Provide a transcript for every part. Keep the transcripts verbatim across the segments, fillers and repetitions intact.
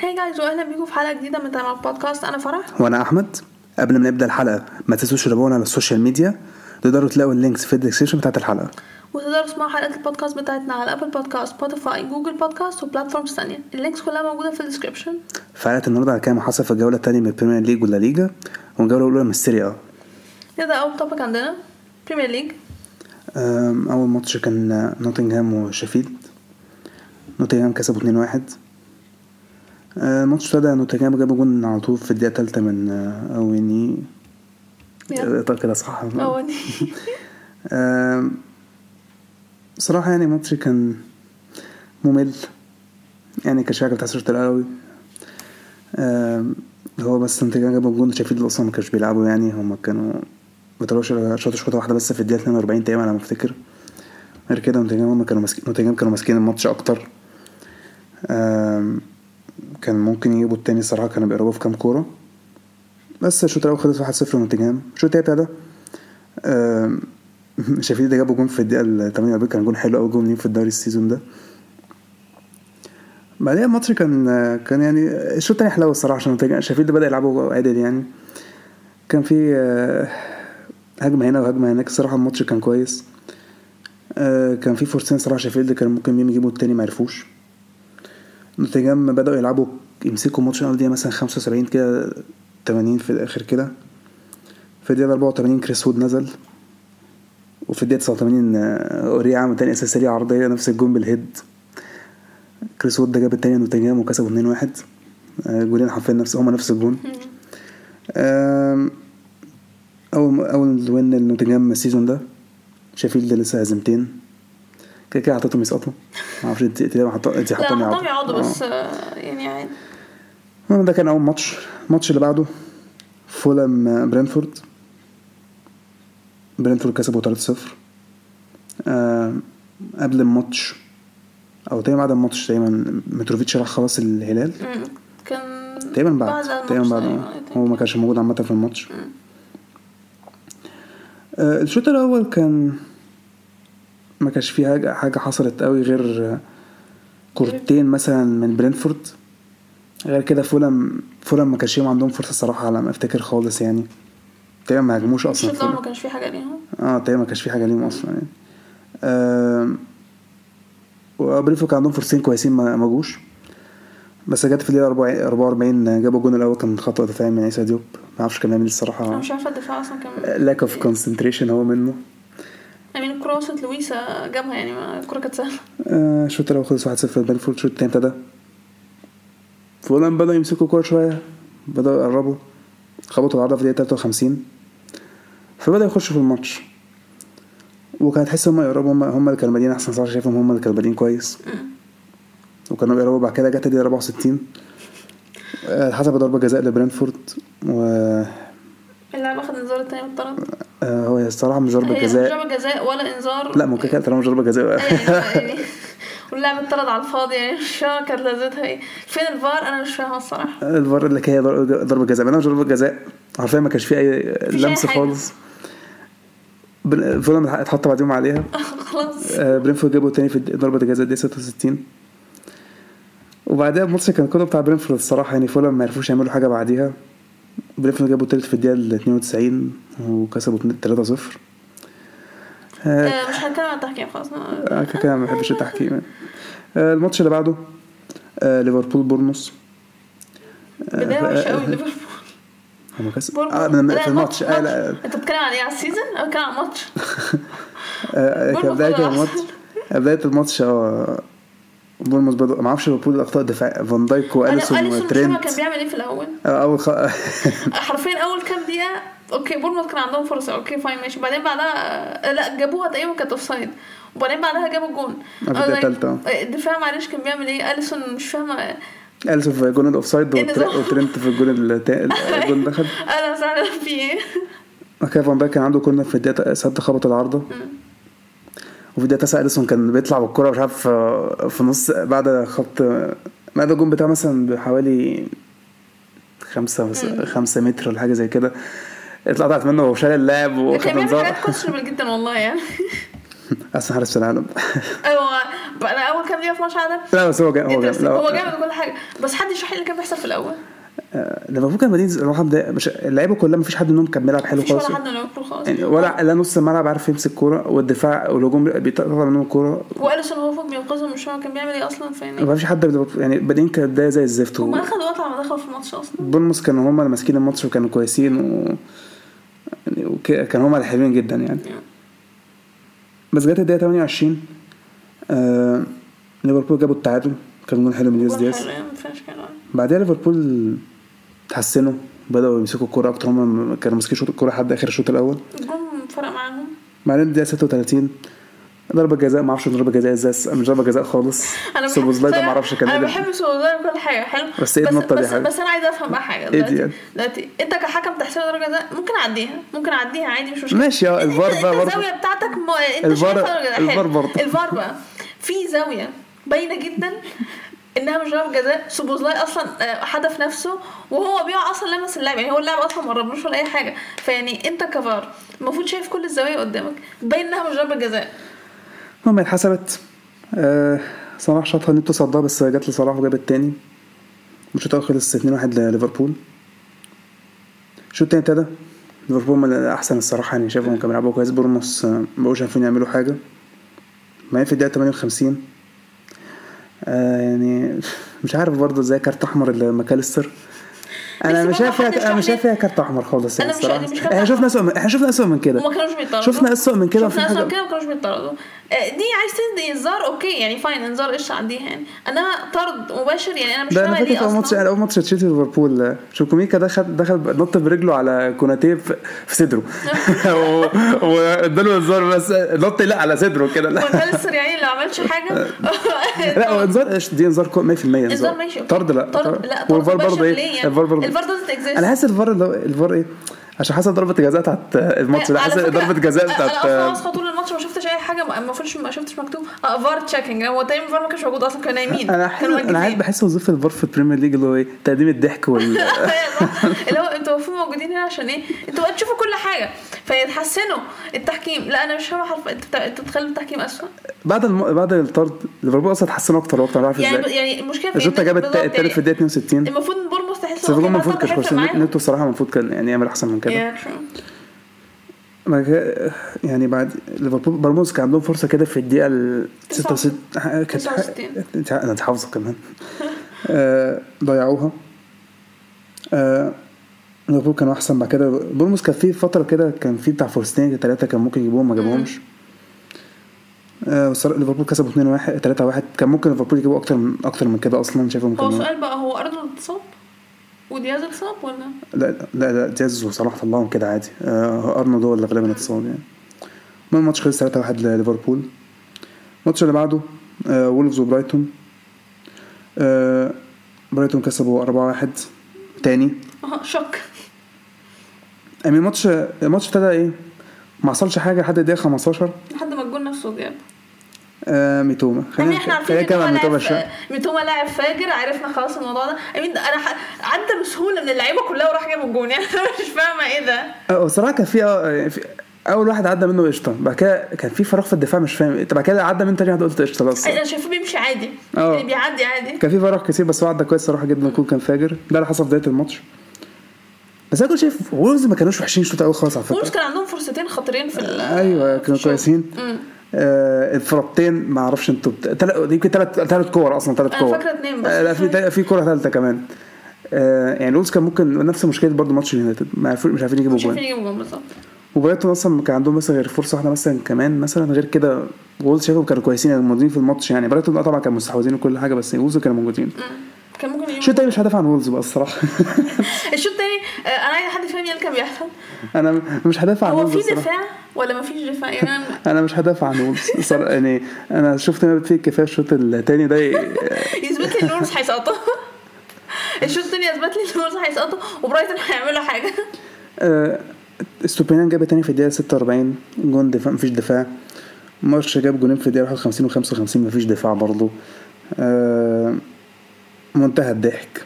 هاي جايز واهلا بيكم في حلقه جديده من تمام بودكاست. انا فرح وانا احمد. قبل ما نبدا الحلقه ما تنسوش تتابعونا على السوشيال ميديا، تقدروا تلاقوا اللينكس في الديسكريبشن بتاعه الحلقه، وتقدروا تسمعوا حلقه البودكاست بتاعتنا على ابل بودكاست، سبوتيفاي، جوجل بودكاست وبلاتفورمز ثانيه. اللينكس كلها موجوده في الديسكريبشن. فحلقه النهارده على كام حصل في الجوله الثانيه من البريمير ليج ولا ليجا، والجوله الاولى من السيريا اه. نبدا اول توبيك عندنا بريمير ليج. اول ماتش كان نوتنغهام وشيفيلد. نوتنغهام كسبوا اتنين واحد. الماتش ده نوتنغهام جابوا جون على طول في الدقيقه الثالثه من اويني طب كده صح اويني. صراحه يعني الماتش كان ممل يعني كشكل بتاع الشوط الاول. هو بس نوتنغهام جابوا جون، شيفيلد اصلا ما كانوش بيلعبوا، يعني هم كانوا بتروش شوطه شوطه واحده بس في الدقيقه اتنين واربعين تقريبا على ما افتكر. غير كده نوتنغهام كانوا ماسكين نوتنغهام كانوا ماسكين الماتش اكتر. كان ممكن يجيبوا التاني الصراحه، كانوا بيقربوا في كام كوره، بس الشوط الاول خلص واحد صفر لنوتنغهام. الشوط الثاني ده شيفيلد جابوا جون في الدقيقه تمانية واربعين، كان جون حلو قوي، جون في الدوري السيزون ده. بعدين الماتش كان كان يعني الشوط الثاني حلو الصراحه، عشان شيفيلد بدا يلعبوا عادل، يعني كان في هجمه هنا وهجمه هناك. الصراحه الماتش كان كويس. كان في فرصتين صراحه شيفيلد كان ممكن يجيبوا التاني ما عرفوش. نوتنغهام بداوا يلعبوا يمسكوا الماتش الاول دي مثلا خمسة وسبعين كده تمانين في الاخر كده. في الدقيقه اربعة وتمانين كريس وود نزل، وفي الدقيقه تسعة وتمانين اوريا عمل تاني اساسيه عرضيه نفس الجون بالهيد. كريس وود ده جاب التاني نوتنغهام وكسبوا اتنين واحد. جولين حرفيا نفس هما نفس الجون. اول اول وين النوتنغهام السيزون ده. شيفيلد لسه هزيمتين كده كده حطيتهم يسقطوا، ما اعرفش انت انت حطيتوا انت حطيتهم يقعدوا بس يعني عادي. ده كان اول ماتش. الماتش اللي بعده فولهام برينفورد. برينفورد كسبوا تلاتة صفر. أه قبل الماتش او تقريبا بعد الماتش تقريبا متروفيتش راح خلاص الهلال. كان تقريبا بعد تقريبا بعد هو ما كانش موجود عامه في الماتش. أه الشوط الاول كان ما كانش فيه حاجه حاجه حصلت قوي غير كورتين مثلا من برينفورد. غير كده فولهام فولهام ما كانش عندهم فرصه الصراحه على ما افتكر خالص، يعني تقريبا ما هاجموش اصلا. الشوط ما كانش فيه حاجه ليهم. اه تقريبا ما كانش فيه حاجه ليهم اصلا يعني. آه وبرينفورد كان عندهم فرصتين كويسين ما جوش، بس جت في الدقيقه اربعة واربعين جابوا الجون الاول كان خطا دفاعي من عيسى ديوب. ما اعرفش كان بيعمل الصراحه، انا مش عارفه الدفاع اصلا كان لاك اوف كونسنتريشن هو منه. يعني الكروسه لويسا جابها، يعني ما الكره كانت سهله. آه الشوط الاول خلص واحد صفر برينفورد. الشوط الثاني ابتدى فولهام بدأوا يمسكوا كوره شويه، بدأوا يقربوا، خبطوا العرضه في الدقيقه تلاتة وخمسين، فبدأوا يخشوا في الماتش. وكانت تحس هم يقربوا، هم هم اللي كانوا بادين احسن صراحه، شايفهم هم اللي كانوا بادين كويس وكانوا بيقربوا. بعد كده جت الدقيقه اربعة وستين حسب ضربه جزاء لبرينفورد، و اللاعب اخذ انذار الثاني والطرد. آه هو الصراحه مش ضربه جزاء، مش ضربه جزاء ولا انذار. لا ممكن كانت مش ضربه جزاء يعني واللاعب اتطرد على الفاضي، يعني مش فاهمه كانت لازمتها ايه. فين الفار؟ انا مش فاهمه الصراحه. الفار اللي هي ضربه جزاء، انا مش ضربه جزاء عارفين، ما كانش في اي لمس خالص. فولهام اتحط بعدهم عليها خلاص. برينفورد جابوا تاني في ضربه الجزاء دي ستة وستين. وبعدها الماتش كان كله بتاع برينفورد الصراحه، يعني فولهام ما عرفوش يعملوا حاجه بعديها. برينفورد جابوا الثالث في الدقيقه اتنين وتسعين وكسبوا تلاتة صفر. آه مش هنتكلم عن التحكيم خلاص. انا كده ما بحبش التحكيم. آه الماتش اللي بعده آه ليفربول بورنموث. بدايه وحشه قوي ليفربول. هم كسب آه في الماتش. آه لا انت بتتكلم عن ايه، على السيزون او كان على الماتش؟ آه بدايه الماتش بدايه الماتش اه بورنموث بدأ ما اعرفش ليفربول الاخطاء الدفاع فان دايك واليسون وترينت. كان بيعمل ايه في الاول؟ اول خ... حرفيا اول كام دقيقه اوكي بورنموث كان عندهم فرصه، اوكي فاين ماشي. بعدين بعدها لا جابوها تقريبا كانت اوفسايد، وبعدين بعدها جابوا الجون الثالثه. الدفاع معلش كان بيعمل ايه اليسون؟ مش فاهمه. اليسون في جون الاوفسايد وترينت في الجون الجون دخل. انا زعلان في ايه. اوكي فان دايك كان عنده كورنر في الدقيقه سته خبط العارضه، وفي الدقيقه تسعة اليسون كان بيطلع بالكره مش عارف في نص بعد خط بعد الجون بتاع مثلا بحوالي خمسة خمسة متر ولا حاجه زي كده، اتقطعت منه وشال اللاعب وخد انذار. كان حاجات كويسه جدا والله يعني. احسن حارس في العالم. ايوه انا اول كام دقيقه في ماتش عدم. لا بس هو جامد هو جامد هو جامد كل حاجه. بس حد يشرح لي اللي كان بيحصل في الاول. ليفربول كان بادئين روحه بدايه مش اللعيبه كلها مفيش حد منهم كان بيلعب حلو خالص ولا حد لو خالص يعني ولا لا نص الملعب عارف يمسك كوره والدفاع والهجوم بيطلع منهم الكوره واليسون هو فوق بينقذهم مش هو كان بيعمل ايه اصلا فين ما فيش حد يعني بادئين كانت بدايه زي الزفت هم اخدوا وقت على ما دخلوا في الماتش اصلا. بورنموث كانوا هم اللي ماسكين الماتش وكانوا كويسين و يعني وكانوا هم اللي حلوين جدا يعني yeah. بس جت الدقيقه ثمانية وعشرين آه... ليفربول جابوا التعادل كان جول حلو من دياز دياز بعدها ليفربول تحسنوا بدأوا يمسكوا الكرة أكتر هم كانوا ماسكين شوط الكرة لحد آخر الشوط الأول الجون فرق معاهم. بعدين الدقيقة ستة وثلاثين ضربة جزاء ما اعرفش ضربة جزاء ازاي مش ضربة جزاء خالص. سوبوزلاي ده ما اعرفش كان انا بحب سوبوزلاي وكل حاجة حلو بس بس, بس, بس انا عايزة افهم بقى حاجة دلوقتي دلوقتي انت كحكم تحسب ضربة جزاء ممكن اعديها ممكن اعديها عادي مش مشكلة ماشي. اه الفار بقى برضه الزاوية بتاعتك م... انت شايفها الفار برضه الفار بقى في زاوية باينة جدا انها مش ضربه جزاء. سوبوزلاي اصلا حدف نفسه وهو بيقع اصلا لمس اللاعب يعني هو اللاعب اصلا ما قربلوش ولا اي حاجه فيعني انت كفار المفروض شايف كل الزوايا قدامك باين انها مش ضربه جزاء. المهم اتحسبت آه صلاح شاطها نيتو صدها بس جت لصلاح وجاب الثاني مش خلص اتنين واحد لليفربول. الشوط الثاني ابتدى ليفربول من احسن الصراحه يعني شايفهم كانوا بيلعبوا كويس. بورنموث ما بقوش عارفين يعملوا حاجه ما في الدقيقه ثمانية وخمسين آه يعني مش عارف برضه ازاي كارت احمر لماكاليستر. انا مش شايف انا مش شايف فيها كارت احمر خالص يعني الصراحه. احنا شفنا اسوء احنا شفنا اسوء من كده وما كانوش بيطردوا. شفنا اسوء من كده شفنا اسوء من كده وما كانوش بيطردوا. دي عايز تدي انذار اوكي يعني فاين انذار ايش عنديها يعني انما طرد مباشر يعني انا مش فاهمه ليه اصلا. ماتش اول ماتش تشيلسي ليفربول شوكوميكا دخل دخل نط برجله على كوناتيه في صدره واداله انذار بس نط لا على صدره كده. لا ماكاليستر يعني لو عملش حاجه لا هو انذار ايش دي انذار مية في المية انذار ماشي طرد لا طرد لا والفار برضه ايه الفار برضه الفار ده اكزيست. انا حاسس الفار الفار ايه عشان حسب ضربه الجزاء بتاعت الماتش ده حسب ضربه جزاء بتاعت انا اصلا طول الماتش ما شفتش اي حاجه ما فيش ما شفتش مكتوب فار تشيكينج هو تايم الفار ما كانش موجود اصلا كانوا نايمين. انا انا عايز بحس وظيفه الفار في البريمير ليج اللي هو ايه تقديم الضحك وال اللي هو انتوا المفروض موجودين هنا عشان ايه انتوا تشوفوا كل حاجه فيتحسنوا التحكيم. لا انا مش فاهمه حرف انت تخلي التحكيم اسوء بعد الم... بعد الطرد ليفربول اصلا اتحسنوا اكتر واكتر عارف ازاي يعني يعني المشكله في الجوتا جابت الثالث في الدقيقه اتنين وستين المفروض بورنموث تحس انه المفروض كان كويس نيتو الصراحه المفروض كان يعني يعمل احسن من كده يعني. بعد ليفربول بورنموث كان عندهم فرصه كده في الدقيقه ستة وستين كانت انا حافظه كمان ضيعوها. ليفربول كانوا احسن. بعد كده بورنموث كان في فتره كده كان في بتاع فرصتين ثلاثه كان ممكن يجيبوهم ما جابوهمش. ليفربول كسبوا اتنين واحد ثلاثة واحد كان ممكن ليفربول يجيبوا اكتر من اكتر من كده اصلا شايفهم. هو سؤال بقى هو ارنولد اتصاب ودياز اتصاب ولا لا لا لا دياز وصلاح طلعهم كده عادي. آه ارنولد هو اللي غالبا اتصاب يعني. المهم الماتش خلص ثلاثة واحد لليفربول. الماتش اللي بعده آه وولفز وبرايتون. آه برايتون كسبوا أربعة واحد تاني. اه شك امين الماتش الماتش ابتدى ايه ما حصلش حاجه لحد الدقيقه خمستاشر لحد ما الجول نفسه جاب آه ميتوما. خلينا احنا عارفين كمان ميتوما ميتوما لاعب فاجر عرفنا خلاص الموضوع ده. امين انا عدى بسهوله من اللعيبه كلها وراح جاب الجون يعني مش فاهمه ايه ده. اه صراحه كان في اول واحد عدى منه قشطه بعد كده كان في فراغ في الدفاع مش فاهم بعد كده عدى من تاني واحد قلت قشطه بس انا شايفه بيمشي عادي يعني بيعدي عادي. كان في فراغ كتير بس هو عدى كويس صراحه جدا. الكل كان فاجر ده اللي حصل في بدايه الماتش. بس انا كنت شايف وولفز ما كانوش وحشين الشوط الاول خالص على فكره. وولفز كان عندهم فرصتين خطيرين في ايوه كانوا كويسين. آه الفرقتين ما اعرفش انتوا تل... يمكن ثلاث ثلاث كور اصلا ثلاث كور انا فاكره اثنين بس آه لا في في كوره ثالثه كمان. آه يعني وولفز كان ممكن نفس مشكله برضو ماتش اليونايتد ما عارفين مش عارفين يجيبوا جول مش عارفين يجيبوا جول بالظبط. وبرايتون اصلا كان عندهم مثلا غير فرصه واحده مثلا كمان مثلا غير كده وولفز شايفهم كانوا كويسين يعني موجودين في الماتش يعني. برايتون طبعا كانوا مستحوذين وكل حاجه بس وولفز كانوا موجودين. كان ممكن الشوط الثاني مش هدافع عن وولفز بقى الصراحه. الشوط الثاني انا عايز حد يفهم ايه اللي كان بيحصل. انا مش هدافع عن وولفز هو في دفاع ولا ما فيش دفاع يعني انا انا مش هدافع عن وولفز يعني. انا شفت ان في كفايه الشوط الثاني ده يثبت لي الوولفز هيسقطوا. الشوط الثاني يثبت لي الوولفز هيسقطوا وبرايتون هيعملوا حاجه. استوبينيان جاب تاني في الدقيقه ستة وأربعين جون دفاع مفيش دفاع. مارش جاب جونين في الدقيقه واحد وخمسين وخمسة وخمسين مفيش دفاع برضو. أه منتهى الضحك.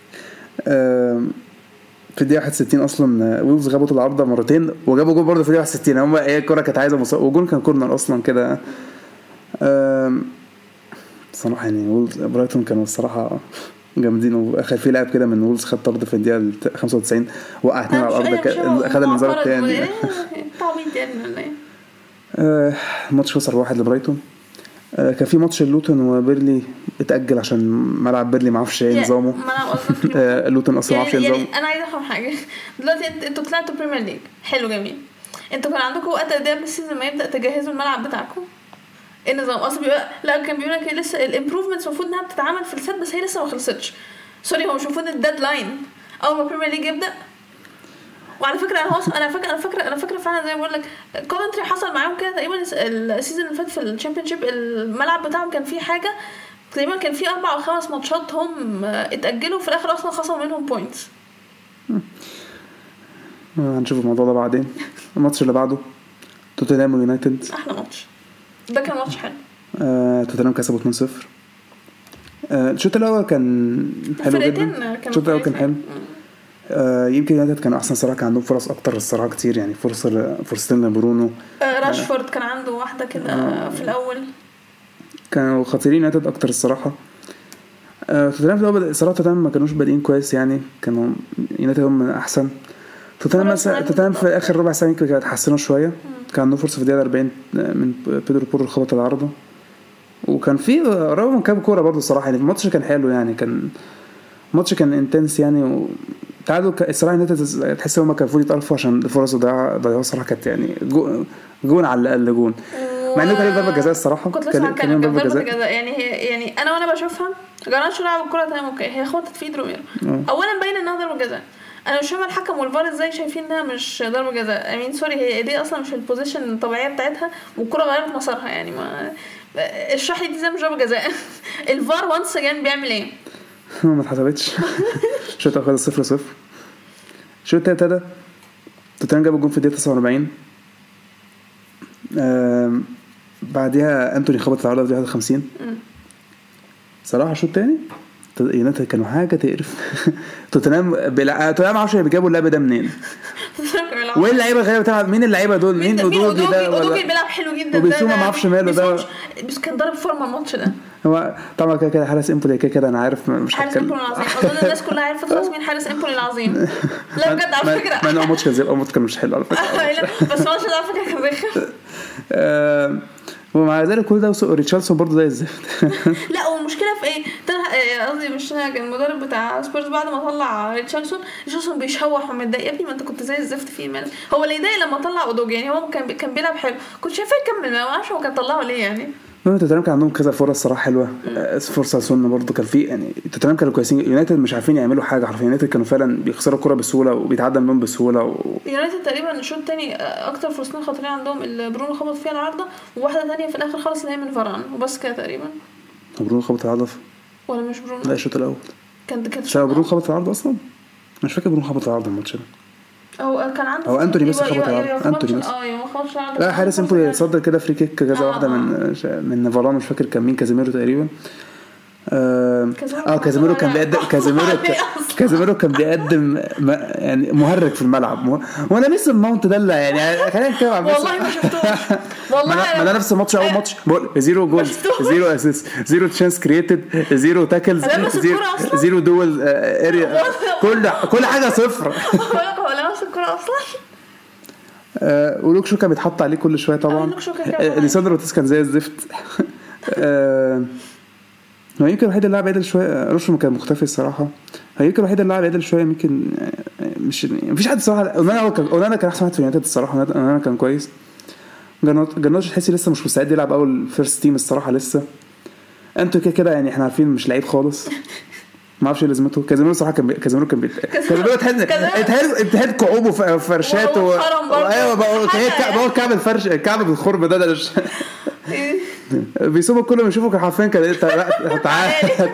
أه في الدقيقه واحد وستين اصلا وولفز غابوا العارضه مرتين وجابوا جول برضو في الدقيقه واحد وستين. هم هي الكره كانت عايزه مص... وجول كان كورنر اصلا كده. أه صراحه يعني وولز برايتون كانوا الصراحه جامدين. واخر في لاعب كده من وولز خد طرد في الدقيقه خمسة وتسعين، وقع اتنين على الارض، خد الانذار الثاني. تعويض يعني ولا ايه؟ آه ماتش خسر واحد لبرايتون. آه كان في ماتش لوتون وبيرلي اتأجل عشان ملعب بيرلي ما اعرفش ايه نظامه. آه لوتون اصلا ما اعرفش يعني, نظامه. يعني انا عايزه افهم حاجه دلوقتي. انت انتوا طلعتوا بريمير ليج، حلو جميل. انتوا كان عندكم وقت قد ايه قبل السيزون ما يبدا تجهزوا الملعب بتاعكم؟ ايه النظام اصلا؟ بيبقى لا كان بيقول لك لسه الامبروفمنتس المفروض انها بتتعمل في السيت، بس هي لسه ما خلصتش. سوري، هو مش المفروض الديدلاين اول ما بريمير ليج يبدا؟ وعلى فكره انا هوص... انا فاكره انا فاكره انا فاكره فعلا زي ما بقول لك كومنتري حصل معاهم كده تقريبا السيزون اللي فات في الشامبيونشيب. الملعب بتاعهم كان فيه حاجه تقريبا، كان فيه اربع او خمس ماتشات هم اتاجلوا في الاخر اصلا خصموا منهم بوينتس. هنشوف الموضوع ده بعدين. الماتش اللي بعده توتنهام ويونايتد، احلى ماتش ده، كان ماتش حلو. آه، توتنهام كسبوا اتنين صفر. آه، الشوط الاول كان حلو جدا. الشوط الاول كان حلو. آه، يمكن يونايتد كانوا احسن صراحه، كان عندهم فرص اكتر الصراحه كتير يعني، فرصه فرصتين لبرونو. آه، راشفورد آه. كان عنده واحده كده آه. في الاول كانوا خطيرين يونايتد اكتر الصراحه. آه، توتنهام في الاول صراحه توتنهام ما كانوش بادئين كويس يعني، كانوا يونايتد هم احسن. توتنهام توتنهام في اخر ربع ساعه يمكن كانت اتحسنوا شويه. كان عنده فرصه في الدقيقه أربعين من بيدرو بورو خبط العارضه، وكان في قرب من كام كوره برضه الصراحه يعني. الماتش كان حلو يعني، كان الماتش كان انتنس يعني. وتعادلوا الصراحه ان انت تحس ان هم كانوا المفروض يتالفوا عشان الفرص ضيعوا ضيعوا الصراحه. كانت يعني جو جون على الاقل جون، مع انه كان ضربه جزاء الصراحه. كان كان ضربه جزاء يعني. هي يعني انا وانا بشوفها جرانشو لعب الكره تمام اوكي، هي خبطت في ايد روميرو. اولا باين انها ضربه جزاء. انا مش فاهم الحكم والفار ازاي شايفين انها مش ضربه جزاء. امين سوري، هي دي اصلا مش البوزيشن الطبيعيه بتاعتها، والكره غيرت مسارها يعني. ما اشرح لي دي ازاي مش ضربه جزاء؟ الفار وانس اجين بيعمل ايه؟ ما اتحسبتش. شوط اخر صفر صفر. شوط التالت ده توتنهام جاب الجون في الدقيقه تسعة وأربعين. آه بعدها انتوني خبط العارضه في الدقيقه وخمسين. صراحه شوط تاني يونايتد كانوا حاجه تقرف. توتنهام بلا... توتنهام ما اعرفش بيجابوا اللعب ده منين. وايه اللعيبه الغريبه بتاع مين اللعيبه دول؟ مين اودوجي ده؟ ولا اودوجي بيلعب حلو جدا. وبيسوما ما اعرفش ماله ده، بس كان ضارب فورمه الماتش ده. هو طبعا كده كده حارس امبولي كده كده انا عارف مش حارس امبولي العظيم. اظن الناس كلها عارفه خلاص مين حارس امبولي العظيم. لا بجد على فكره ما انا الماتش كان زي الماتش كان مش حلو على فكره. بس الماتش ده على فكره كان رخم. ومع ذلك كل ده ريتشاردسون برضه زي الزفت. لا والمشكله في ايه؟ قصدي مش كان المدرب بتاع سبيرز بعد ما طلع ريتشاردسون ريتشاردسون بيشوح ومتضايق. يا ابني ما انت كنت زي الزفت في مال. هو اللي يضايق لما طلع اودوجي يعني. هو كان كان بيلعب حلو، كنت شايفاه يكمل. ما اعرفش هو كان طلعه ليه يعني. توتنهام كان عندهم كذا فرص صراحه حلوه. فرصه سون برضه كان في يعني. توتنهام كانوا كويسين، يونايتد مش عارفين يعملوا حاجه حرفيا. يونايتد كانوا فعلا بيخسروا الكره بسهوله وبيتعدى منهم بسهوله و... يونايتد تقريبا الشوط الثاني اكتر فرصتين خطيرين عندهم اللي برونو خبط فيها العارضه، وواحده ثانيه في الاخر خالص اللي هي من فاران، وبس كده تقريبا. برونو خبط العارضه ولا مش برونو؟ لا الشوط الاول كان كان شو برونو خبط العارضه اصلا. مش فاكر برونو خبط العارضه الماتش ده. هو كان عنده هو انتوني بس خبط العارضه. انتوني بس اه يوم خبط العارضه. لا حارس امبولي صدر كده فري كيك كذا واحده من من نافاران، مش فاكر كان مين، كازيميرو تقريبا. اه كازيميرو كان بيقدم كازيميرو كازيميرو كان بيقدم يعني مهرج في الملعب. وانا ميسي الماونت ده يعني خلينا نتكلم عن والله ما شفتوش والله. ما انا نفس الماتش اول ماتش زيرو جول زيرو اسيست زيرو تشانس كرييتد زيرو تاكلز زيرو دول اريا، كل كل حاجه صفر. هو لا نفس الكره اصلا. آه ولوك شو كان بيتحط عليه كل شويه طبعا. ليساندرو تيس كان زي الزفت. آه هو يمكن الوحيد اللي لعب عدل شويه. روشو كان مختفي الصراحه. هو يمكن الوحيد اللي لعب عدل شويه. يمكن مش مفيش حد صراحه. انا انا كان احسن واحد في يونايتد الصراحه. انا كان كويس. جرناتش تحسي لسه مش مستعد يلعب اول فيرست تيم الصراحه لسه. انتوا كده كده يعني احنا عارفين مش لعيب خالص. ما اعرفش لازمته. كازيميرو صراحه كان كازيميرو كان كازيميرو تحس اتهد كعوبه فرشات و... ايوه بقول بقول كعب الفرش كعب بالخرب ده ده بيسوبوا كله بيشوفوا كان حرفيا كده. تعال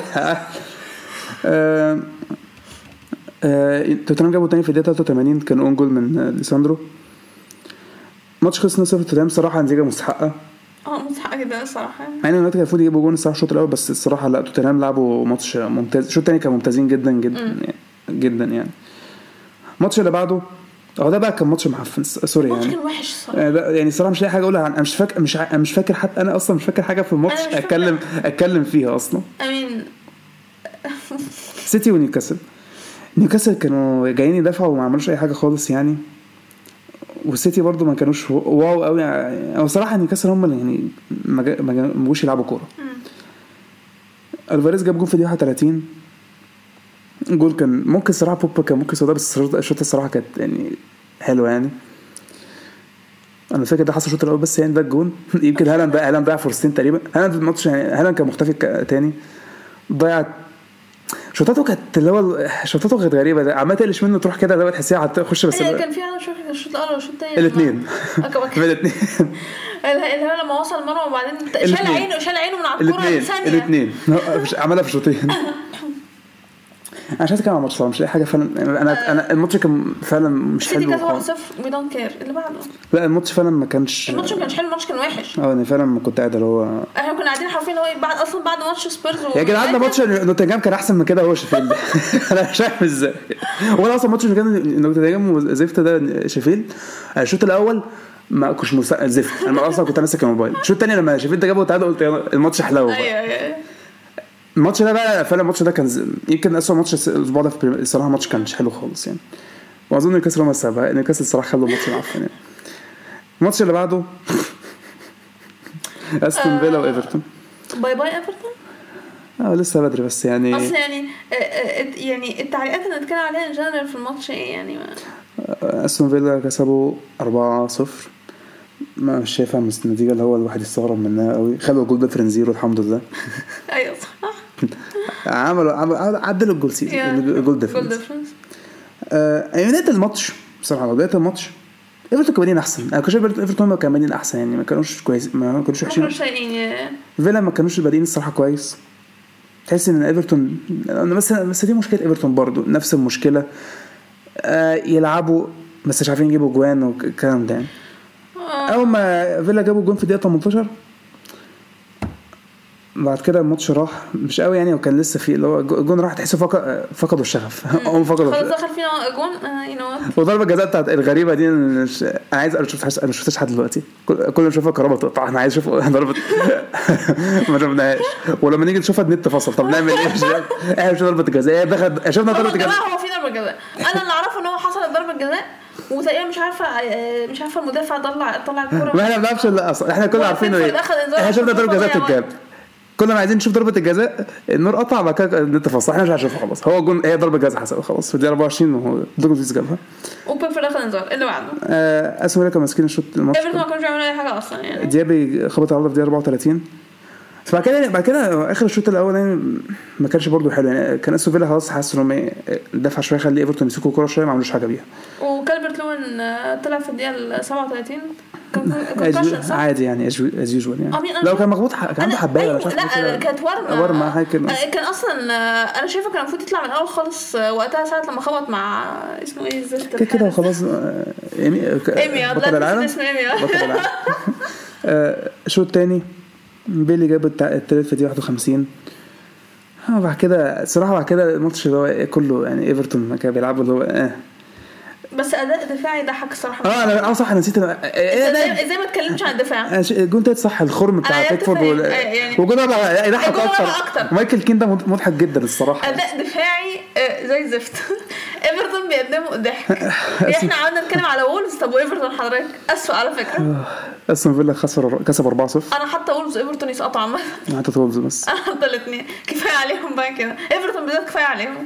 توتنهام جابوا تاني في الدقيقه ثلاثة وثمانين كان اون جول من ليساندرو. ماتش خلص صفر. توتنهام صراحه نتيجه مستحقه. اه مستحقه جدا الصراحه. يعني النتيجه المفروض يجيبوا جون الصراحه الشوط الاول، بس الصراحه لا توتنهام لعبوا ماتش ممتاز. الشوط الثاني كان ممتازين جدا جدا يعني جدا يعني. الماتش اللي بعده اه ده بقى كان ماتش معفن سوري الماتش يعني كان وحش الصراحه. آه، لا يعني صراحه مش لاقي حاجه اقولها عن- انا مش فاكر مش ع- مش فاكر حتى انا اصلا مش فاكر حاجه في الماتش أنا مش فاكرة. اتكلم اتكلم فيها اصلا. امين سيتي ونيوكاسل نيوكاسل كانوا جايين يدافعوا وما عملوش اي حاجه خالص يعني والسيتي برضو ما كانوش واو قوي يعني. او صراحه نيوكاسل هم اللي يعني ما جا- ما جا- ما جوش يلعبوا كوره. الفاريز جاب جول في دقيقه واحد وثلاثين جول كان ممكن صراحه بوبا كان ممكن يصدها بس الشوط الصراحه كانت يعني حلوه يعني. انا فاكر ده حصل الشوط الاول بس يعني ده الجون يمكن هالاند بقى هالاند ضيع فرصتين تقريبا. هالاند في الماتش يعني هالاند كان مختفي ك- تاني ضيع شوطاته كانت اللي هو شوطاته كانت غريبه ده عمال تقلش منه تروح كده ده تحسيها هتخش بس كان في انا مش فاكر الشوط الاول ولا الشوط الثاني الاثنين الاثنين اللي هو لما وصل المرمى وبعدين شال الاتنين. عينه شال عينه من على الكوره الاثنين ثانيه الاثنين عملها في شوطين. عشان كده على الماتش مش اي حاجه فعلا. انا انا الماتش كان فعلا مش سيتي حلو كانت واحد خالص. صفر وي دونت كير اللي بعده. لا الماتش فعلا ما كانش الماتش ما كانش حلو الماتش كان وحش. اه انا فعلا ما كنت قاعد اللي هو احنا كنا قاعدين حرفيا اللي هو بعد اصلا بعد ماتش سبيرز يا جدعان ده ماتش نوتنجهام كان احسن من كده هو شيفيلد. انا مش عارف ازاي وانا اصلا ماتش كان نوتنجهام زفت ده شيفيلد الشوط الاول ما كنتش مستقل زفت انا اصلا كنت ماسك الموبايل. الشوط الثاني لما شيفيلد جابه تعادل قلت الماتش حلو بقى. ايوه ايوه الماتش ده بقى فعلا الماتش ده كان ز... يمكن اسوء ماتش الاسبوع ده في الصراحه. ماتش كانش حلو خالص يعني واظن نيوكاسل هم السبب نيوكاسل الصراحه خلوا الماتش معفن يعني. الماتش اللي بعده استون فيلا وايفرتون. باي باي ايفرتون. اه لسه بدري بس يعني اصل يعني آه، آه، يعني التعليقات اللي نتكلم عليها جنرال في الماتش ايه يعني ما... استون فيلا كسبوا أربعة صفر ما مش شايفها من النتيجه اللي هو الواحد يستغرب منها قوي. خدوا جول ديفرنس زيرو الحمد لله. ايوه صح عملوا عملوا عدلوا الجول سيزون الجول ديفرنس. آه بدايه الماتش بصراحه بدايه الماتش ايفرتون كانوا بادئين احسن. انا كنت شايف ايفرتون كانوا بادئين احسن يعني ما كانوش كويس ما كانوش ما وحشين. كانوش شايلين فيلا ما كانوش بادئين الصراحه كويس. تحس ان ايفرتون بس بس دي مشكله ايفرتون برضو نفس المشكله. آه يلعبوا بس مش عارفين يجيبوا جوان والكلام ده يعني. اول ما فيلا جابوا جون في دقيقه ثمانية عشر بعد كده الماتش راح مش قوي يعني وكان لسه في اللي هو جون راح تحسوا فقد فقدوا الشغف. هم فقدوا خلاص دخل فينا جون يو نو وضربه الجزاء بتاعت الغريبه دي انا عايز اشوف انا ما شفتهاش لحد دلوقتي. كل ما اشوفها كهرباء تقطع انا عايز اشوف ضربه ما شفناهاش ولما نيجي نشوفها النت فصل. طب نعمل ايه؟ احنا مش ضربه الجزاء دخل شفنا ضربه الجزاء. هو في ضربه جزاء انا اللي اعرفه ان هو حصلت ضربه جزاء وتقريبا مش عارفه مش عارفه المدافع طلع طلع الكره. ما احنا ما بنعرفش اصلا احنا كلنا عارفين ايه. احنا شفنا ضربه جزاء تتجاب كنا عايزين نشوف ضربه الجزاء النور قطع بعد كده النت فصل. احنا مش هنشوفها خلاص هو جون هي ضربه جزاء حسب خلاص في الدقيقه أربعة وعشرين وهو دوجلاس جابها وبيب في الاخر انذار اللي بعده. آه اسمه كان ماسكين الشوط الماتش ايفرتون ما كانوش بيعملوا اي حاجه اصلا يعني. ديابي خبط العرضه في الدقيقه أربعة وثلاثين فبعد كده يعني بعد كده اخر الشوط الاول يعني ما كانش برضو حلو يعني. كان استون فيلا خلاص حاسس انهم دفع شويه خلي ايفرتون يمسكوا الكوره شويه ما عملوش حاجه بيها. وكالبرت لوين طلع في الدقيقه سبعة وثلاثين كان عادي يعني از يوجوال يعني لو كان مخبوط كان عنده حبايه ولا لا كانت ورمه ورمه حاجه كده. كان اصلا انا شايفه كان المفروض يطلع من الاول خالص وقتها ساعه لما خبط مع اسمه ايه الزفت كده كده وخلاص. ايمي بطل العالم اسمه ايمي بطل العالم. الشوط الثاني بيلي جاب الثالث في دقيقه واحد وخمسين. بعد كده صراحه بعد كده الماتش اللي هو كله يعني ايفرتون ما كان بيلعبوا اللي هو اه بس اداء دفاعي ضحك الصراحه. اه انا اه صح انا نسيت ازاي ما اتكلمتش عن الدفاع. جون تاني صح الخرم بتاع بيكفورد يعني وجون يضحك اكتر. مايكل كين ده مضحك جدا الصراحه. اداء دفاعي زي الزفت. ايفرتون بيقدموا ضحك. احنا قعدنا نتكلم على وولفز طب وايفرتون حضرتك اسوء على فكره. استون فيلا خسر كسب أربعة صفر. انا حتى وولفز ايفرتون يسقطوا عامه. انا حتى وولفز بس انا حتى الاثنين كفايه عليهم بقى كده. ايفرتون بالذات كفايه عليهم.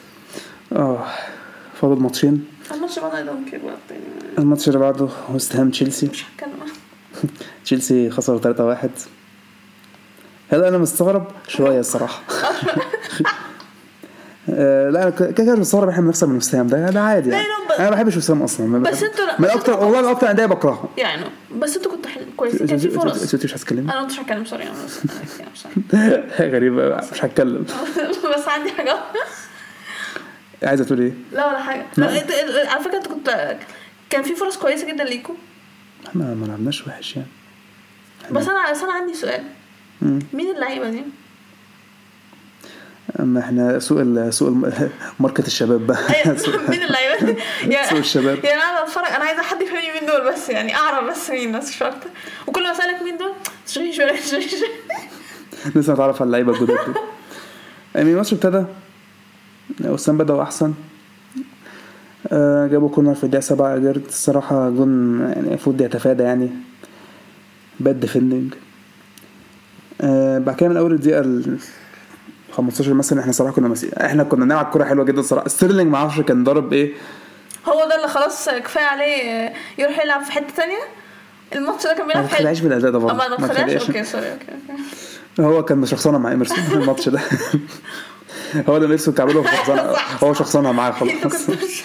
اه فاضل ماتشين. الماتش بعده ايضا كده. الماتش اللي بعده ويست هام تشيلسي. مش هتكلم. تشيلسي خسر ثلاثة واحد. هل انا مستغرب شويه الصراحه. لا انا كده كده مستغرب احنا بنخسر من وسام ده ده عادي يعني. انا ما بحبش وسام اصلا بس انتوا من اكتر والله من اكتر انديه بكرهها يعني. بس انتوا كنتوا كويسين كان في فرص. انت مش هتكلم انا مش هتكلم سوري انا غريبه مش هتكلم بس عندي حاجه عايزه تقول ايه. لا ولا حاجه. لا على فكره انت كنت كان في فرص كويسه جدا ليكم. احنا ما لعبناش وحش يعني. بس انا بس انا عندي سؤال. مين اللعيبه دي؟ اما احنا سوق ال- سوق الم- ماركت الشباب بقى. ايوه سوق- مين اللعيبه يا سوق الشباب. يعني انا بتفرج انا عايزه حد يفهمني مين دول بس يعني اعرف بس مين بس مش اكتر وكل ما اسالك مين دول شوي شوي شوي شوي لسه نتعرف على اللعيبه الجدد دول. يعني الماتش ابتدى وسام بدأوا احسن. آه، جابوا كورنر في الدقيقه سبعة جرد الصراحه جون يعني المفروض يتفادى يعني باد ديفندنج. آه، بعد كده من اول الدقيقه ال خمستاشر مثلا احنا صراحه كنا مسي... احنا كنا نلعب كوره حلوه جدا صراحه. ستيرلينج ما اعرفش كان ضرب ايه. هو ده اللي خلاص كفايه عليه يروح يلعب في حته تانية. الماتش ده كان ما بيلعب في تخلعش بالاداء ده حته برضه. ما ما دخلهاش تخلعش. اوكي سوري اوكي اوكي هو كان شخصانه مع ايمرسون في الماتش ده. هو ده نفسه تعمله شخصانه. هو شخصانه معاه خلاص.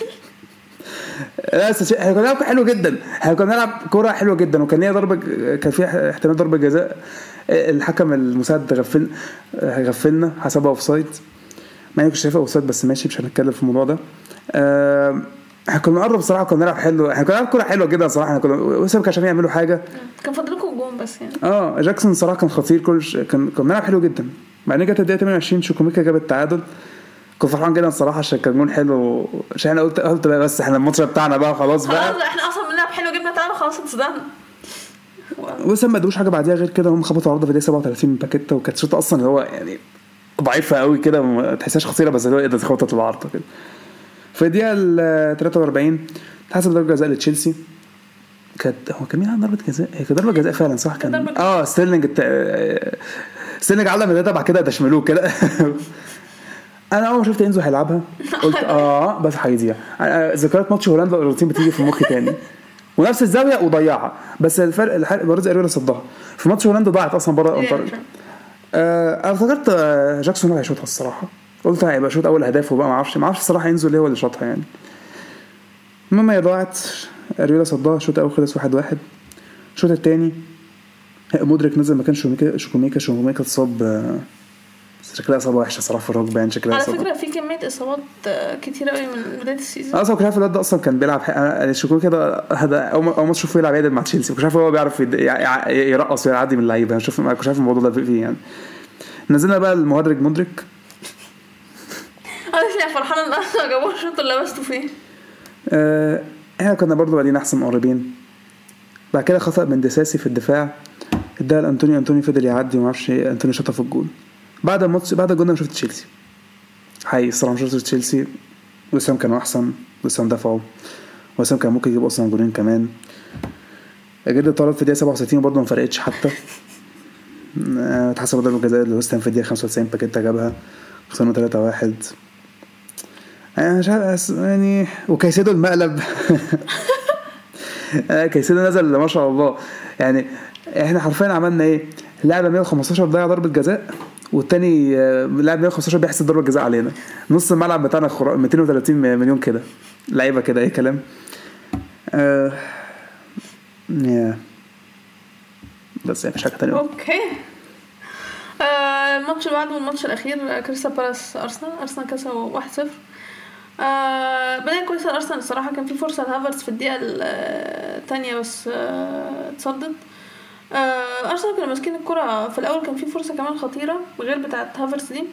لا بس احنا كنا بنلعب حلو جدا. احنا كنا بنلعب كوره حلوه جدا وكان ليها ضربه كان فيها احتمال ضربه جزاء. الحكم المساعد غفل غفلنا حسبها اوفسايد. ما انا كنت شايفها اوفسايد بس ماشي مش هنتكلم في الموضوع ده. أه... احنا كنا نقرب صراحه كنا بنلعب حلو. احنا كنا بنلعب كوره حلوه جدا صراحه. احنا كنا وسام كانوا عشان يعملوا حاجه. كان فاضلكم جون بس يعني اه جاكسون صراحه كان خطير. كل ش... كان كنا بنلعب حلو جدا. بعدين جت الدقيقه تمانية وعشرين شوكوميكا جاب التعادل. كنت فرحان جدا الصراحه عشان كان جون حلو. عشان انا قلت قلت بقى بس احنا الماتش بتاعنا بقى خلاص بقى. خلاص احنا اصلا بنلعب حلو جبنا تعالى خلاص اتصدقنا. وسام ما ادوش حاجه بعديها غير كده. هم خبطوا عرضه في الدقيقه سبعة وتلاتين من باكيتا وكانت شوطه اصلا اللي هو يعني ضعيفه قوي كده ما تحسهاش خطيره بس اللي هو ايه خبطت العرضه كده. في الدقيقه ال تلاتة واربعين اتحسب ضربه جزاء لتشيلسي. كانت هو كان مين عمل ضربه جزاء؟ هي كانت ضربه جزاء فعلا صح. كان اه ستيرلينج الت... ستيرلينج علم ده بعد كده دشملوه كده. انا اول ما شفت انزو هيلعبها قلت اه بس هيضيع. ذكرت ماتش هولندا والارجنتين بتيجي في مخي تاني ونفس الزاويه وضيعها بس الفرق الحرق بارز اريولا صدها. في ماتش هولندا ضاعت اصلا بره الانطار. آه انا افتكرت آه جاكسون هو هيشوطها الصراحه. قلت هيبقى شوط اول اهداف وبقى ما اعرفش ما اعرفش الصراحه انزو ليه هو اللي شاطها يعني. المهم هي ضاعت. اريولا صدها. الشوط الاول خلص واحد واحد. الشوط الثاني مودريك نزل مكان شوميكا شوكوميكا شوكوميكا اتصاب. آه شكلها اصابه وحشه صراحه في الركبه يعني شكلها على اصابه. فكره في كميه اصابات كتير قوي من بدايه السيزون. اصلا كنت عارف الواد ده اصلا كان بيلعب الشوكوميكا ده هذا اول ما اشوفه يلعب عادل مع تشيلسي. كنت عارف هو بيعرف يرقص ويعدي من اللعيبه. انا شوف ما كنتش عارف الموضوع ده فيه يعني. نزلنا بقى المهدرج مودريك. انا لسه فرحانه ان انا جابوا الشوط اللي لبسته فيه. آه احنا كنا برضو بعدين احسن قريبين. بعد كده خطأ من دساسي في الدفاع اداها لانتوني. انتوني فضل يعدي وما اعرفش ايه. انتوني شاطها في الجول. بعد الماتش بعد الجول انا شفت تشيلسي حقيقي الصراحه شفت تشيلسي. وسام كانوا احسن. وسام دفعوا. وسام كان ممكن يجيب اصلا جولين كمان. جد طلب في الدقيقه سبعة وستين برضه ما فرقتش حتى. اتحسب ضربه جزاء لوستام في الدقيقه خمسة وتسعين باكيتا جابها. خسرنا تلاتة واحد. انا مش عارف يعني. وكايسيدو المقلب. كايسيدو نزل ما شاء الله يعني. احنا حرفيا عملنا ايه؟ اللاعب مية وخمستاشر ضيع ضربه جزاء والتاني لاعب مية وخمستاشر بيحسب ضربه جزاء علينا. نص الملعب بتاعنا ميتين وتلاتين مليون كده لعيبه كده اي كلام. آه يا بس مفيش حاجه تانية. اوكي. آه الماتش اللي بعده والماتش الاخير كريستال بالاس ارسنال. ارسنال كسبوا واحد صفر. آه بدايه كويسه الارسنال الصراحه. كان في فرصه لهافرتس في الدقيقه الثانيه بس آه اتصدت. آه ارسنال كانوا ماسكين الكره في الاول. كان في فرصه كمان خطيره غير بتاعه هافرتس دي.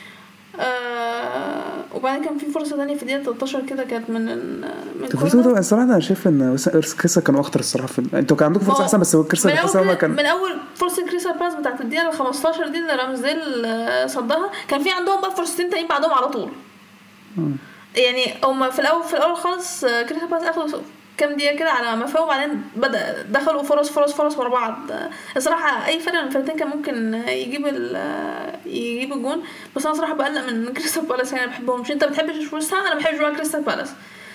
آه وبعدين كان في فرصه ثانيه في الدقيقه تلتاشر كده كانت من من كورنر. الصراحه انا شايف ان كريسا كانوا اخطر الصراحه. في انتوا كان عندكم فرصه احسن بس كريسا حاسس ما كان من اول فرصه كريسال بالاس بتاعه الدقيقه خمستاشر دي اللي رامزديل صدها. كان في عندهم بقى فرصتين تانيين بعدهم على طول. م. يعني هم في الاول في الاول خالص كريسال بالاس اخذوا كام دقيقه كده على ما فاقوا وبعدين بدا دخلوا فرص فرص فرص ورا بعض. الصراحه اي فرق من الفرقتين كان ممكن يجيب يجيب الجون بس انا صراحه بقلق من كريستال بالاس يعني. بحبهم. مش انت بتحبش فرصها انا بحب جوا كريستال بالاس.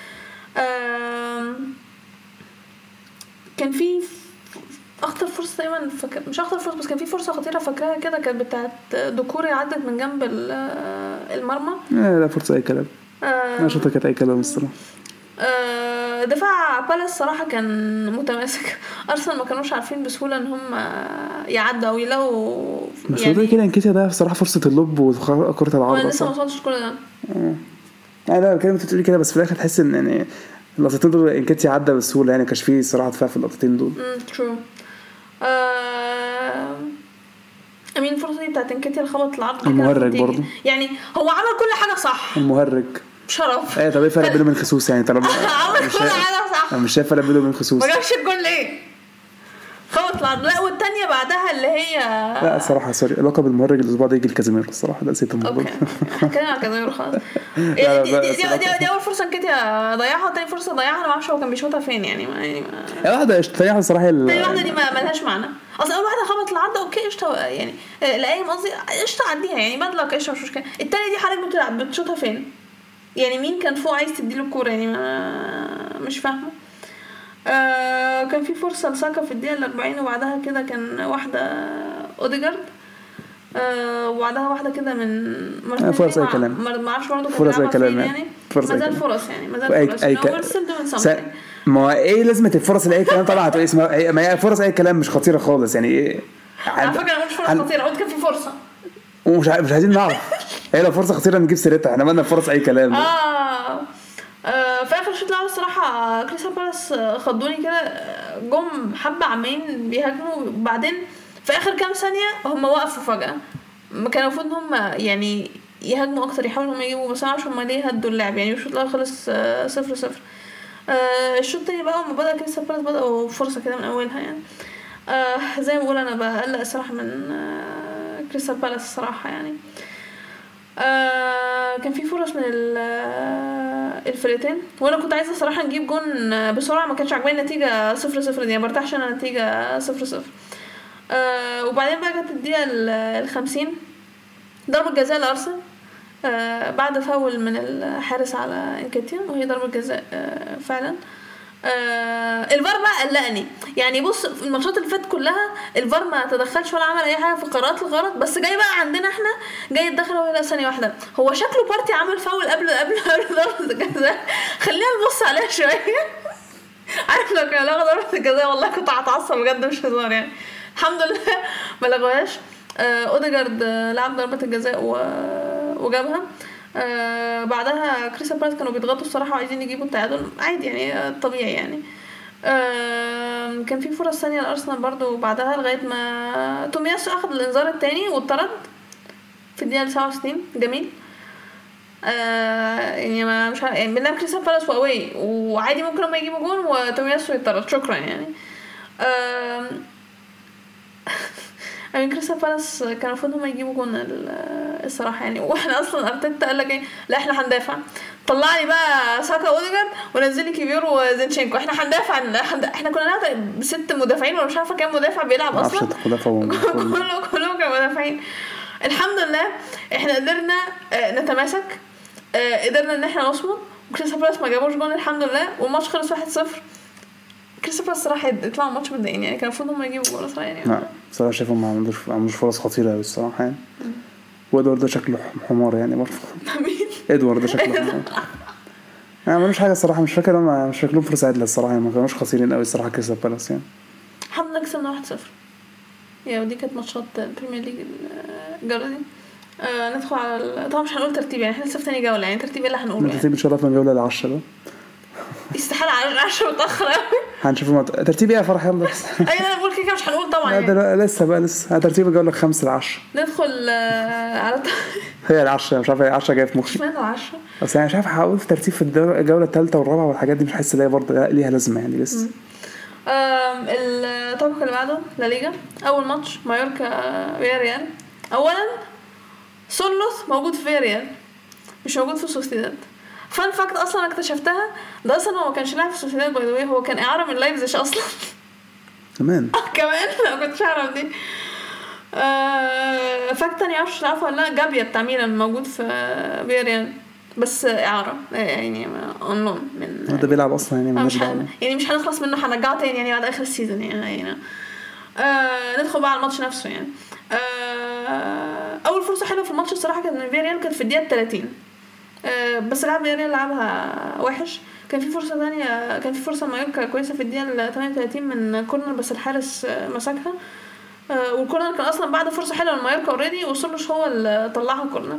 كان في اخطر فرصه دايما فكر مش اخطر فرصه بس كان في فرصه خطيره فاكراها كده كانت بتاعه دكوري عدت من جنب المرمى. لا فرصه اي كلام. انا شفتها كانت اي كلام الصراحه. أه دفاع بالاس صراحه كان متماسك. ارسنال ما كانوش عارفين بسهوله ان هم يعدوا او يلاقوا بس يعني كده انكيتيا ده بصراحه فرصه اللوب وكره العارضه. انا لسه ما وصلتش كل ده. اه انا كلمه بتقولي كده بس في الاخر تحس ان يعني اللقطتين دول انكيتيا عدى بسهوله يعني. كانش فيه صراحه دفاع في اللقطتين دول. امم ترو. آه امين الفرصه دي بتاعت انكيتيا اللي خبط العرض المهرج برضه يعني هو عمل كل حاجه صح المهرج شرف ايه طب ايه الفرق بينه وبين خصوص يعني طالما عمل كل حاجه صح انا مش شايف فرق بينه وبين خصوص ما جابش الجول ليه خبط العرض لا والثانيه بعدها اللي هي لا الصراحه سوري لقب المهرج الاسبوع ده يجي الكازيميرو الصراحه ده نسيت الموضوع اوكي كده كازيميرو خلاص دي, دي, دي, دي, دي اول فرصه انكيتيا ضيعها وثاني فرصه ضيعها انا ما اعرفش هو كان بيشوطها فين يعني ما يعني ما واحده اشتريها الصراحه الثانيه واحده دي ما ملهاش معنى اصلا اول واحده خبط العرض اوكي قشطه يعني لاقي قصدي قشطه عديها يعني بدلك قشطه مش مشكله الثانيه دي حضرتك بتلعب بتشوطها فين يعني مين كان فوق عايز تديله الكوره يعني ما مش فاهمه آه كان في فرصه لساكا في الدقيقه الأربعين وبعدها كده كان واحده اوديجارد آه وبعدها واحده كده من مارتينيز فرص اي كلام ما اعرفش برضه فرص اي كلام يعني فرص ما زال فرص يعني ما زال فرص اي كلام ما ايه لازمه الفرص اللي اي كلام طبعا هتقول اسمها ما هي فرص اي كلام مش خطيره خالص يعني ايه على فكره انا مش فرص عن... خطيره قلت كان في فرصه ومش مش عايزين نعرف هي لو فرصه خطيره نجيب سيرتها احنا مالنا فرص اي كلام اه آه في اخر شوط لعبوا الصراحه كريستال بالاس خضوني كده جم حبه عمالين بيهاجموا وبعدين في اخر كام ثانيه هم وقفوا فجاه ما كانوا المفروض ان هم يعني يهاجموا اكتر يحاولوا هم يجيبوا بس ما اعرفش هم ليه هدوا اللعب يعني الشوط الاول خلص آه صفر صفر آه الشوط الثاني بقى لما بدا كريستال بالاس بداوا فرصه كده من اولها يعني آه زي ما بقول انا بقلق الصراحه من آه كريستال بالاس الصراحه يعني آه كان في فرص من الفرقتين وانا كنت عايزه الصراحه نجيب جون بسرعه ما كانش عاجباني النتيجه صفر صفر دي ما برتاحش انا النتيجه صفر صفر آه وبعدين بقى جت الدقيقه الخمسين ضربه جزاء لارسنال آه بعد فاول من الحارس على انكيتيا وهي ضربه جزاء آه فعلا آه الفار بقى قلقني يعني بص الماتشات اللي فاتت كلها الفار ما تدخلش ولا عمل اي حاجه في قرارات الغلط بس جاي بقى عندنا احنا جاي يتدخل ولا ثانيه واحده هو شكله بارتي عمل فاول قبل قبل قبل ضربه الجزاء خلينا نبص عليها شويه عارف لو كان لغى ضربه الجزاء والله كنت هتعصب بجد مش هزار يعني الحمد لله ما لغوهاش آه اوديجارد لعب ضربه الجزاء وجابها آه بعدها كريستال بالاس كانوا بيضغطوا الصراحه وعايزين يجيبوا التعادل عادي يعني طبيعي يعني آه كان في فرص ثانيه لارسنال برضو بعدها لغايه ما تومياسو اخذ الانذار الثاني واتطرد في الدقيقه سبعة وستين جميل آه يعني ما مش يعني بنلعب كريستال بالاس واوي وعادي ممكن هم يجيبوا جون وتومياسو يتطرد شكرا يعني آه يعني كريستال بالاس كان المفروض هم يجيبوا جون الصراحه يعني واحنا اصلا ارتيتا قال لك ايه لا احنا هندافع طلع لي بقى ساكا اوديجارد ونزل لي كيفير وزينشينكو احنا هندافع احنا كنا نلعب بست مدافعين ولا مش عارفه كام مدافع بيلعب اصلا كله كله كانوا مدافعين الحمد لله احنا قدرنا نتماسك قدرنا ان احنا نصمد وكريستال بالاس ما جابوش جون الحمد لله والماتش خلص واحد صفر كريستال بالاس الصراحه يطلعوا ماتش متضايقين يعني كان المفروض هم يجيبوا جول صراحه يعني لا صراحه شايفهم ما عندوش ما عندوش فرص خطيره قوي الصراحه يعني وادوارد ده شكله حمار يعني برضه ادوارد ده شكله حمار انا مالوش حاجه الصراحه مش فاكر انا مش فاكر لهم فرصه عادله الصراحه ما كانوش خسرين قوي الصراحه كريستال بالاس يعني الحمد لله كسبنا واحد صفر يا ودي كانت ماتشات البريمير ليج الجوله دي آه ندخل على طبعا مش هنقول ترتيب يعني احنا لسه في ثاني جوله يعني ترتيب اللي هنقوله يعني ترتيب ان شاء الله من الجوله العاشره ده استحاله على العشرة متاخر قوي هنشوف مت... ترتيب ايه يا فرح يلا بس ايوه انا بقول كده مش هنقول طبعا يعني لا لسه بقى لسه ترتيب الجوله الخامسه العشرة ندخل على هي العشرة مش عارف هي العشرة جايه في مخي اشمعنى العشرة بس يعني مش عارف هقول في ترتيب في الجوله الثالثه والرابعه والحاجات دي مش حاسس ان هي برضه ليها لازمه يعني لسه امم الطبق اللي بعده لا ليجا اول ماتش مايوركا فياريال اولا سولوث موجود في فياريال مش موجود في سوسيداد فان فاكت اصلا انا اكتشفتها ده اصلا هو ما كانش لاعب في سوسيداد باي ذا واي هو كان اعاره من لايبزيج اصلا كمان كمان ما كنتش اعرف دي آه فاكت تاني عارفش تعرفوا ولا لا جابيا بتاع ميلان موجود في فياريال بس اعاره يعني اون لون من ده بيلعب اصلا يعني مش يعني مش هنخلص منه هنرجعه تاني يعني بعد اخر السيزون يعني, يعني. آه ندخل بقى على الماتش نفسه يعني آه اول فرصه حلوه في الماتش الصراحه كانت من فياريال كانت في الدقيقه ثلاثين آه بس لعب فياريال لعبها وحش كان في فرصه ثانيه كان في فرصه مايوركا كويسه في الدقيقه ثمانية وثلاثين من كورنر بس الحارس مسكها آه والكورنر كان اصلا بعد فرصه حلوه لمايوركا اوريدي وصلش هو اللي طلعها كورنر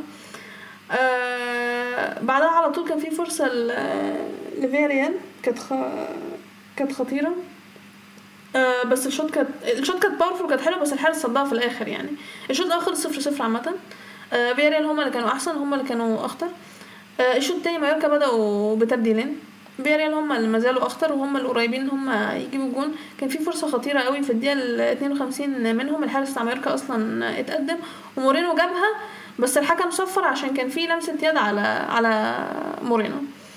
آه بعدها على طول كان في فرصه لفياريال كانت خ... كانت خطيره آه بس الشوط كانت الشوط كانت باورفول كانت حلوه، بس الحارس صدها في الاخر يعني. الشوط الاول خلص صفر صفر عامه. آه فياريال هم اللي كانوا احسن، هم اللي كانوا اخطر. آه الشوط الثاني مايوركا بداوا بتبديلين، فياريال هم اللي ما زالوا اخطر وهم القريبين هم يجيبوا الجون. كان في فرصه خطيره قوي في الدقيقه ال اتنين وخمسين منهم، الحارس بتاع مايوركا اصلا اتقدم ومورينو جابها، بس الحكم صفر عشان كان في لمسه يد على على مورينو.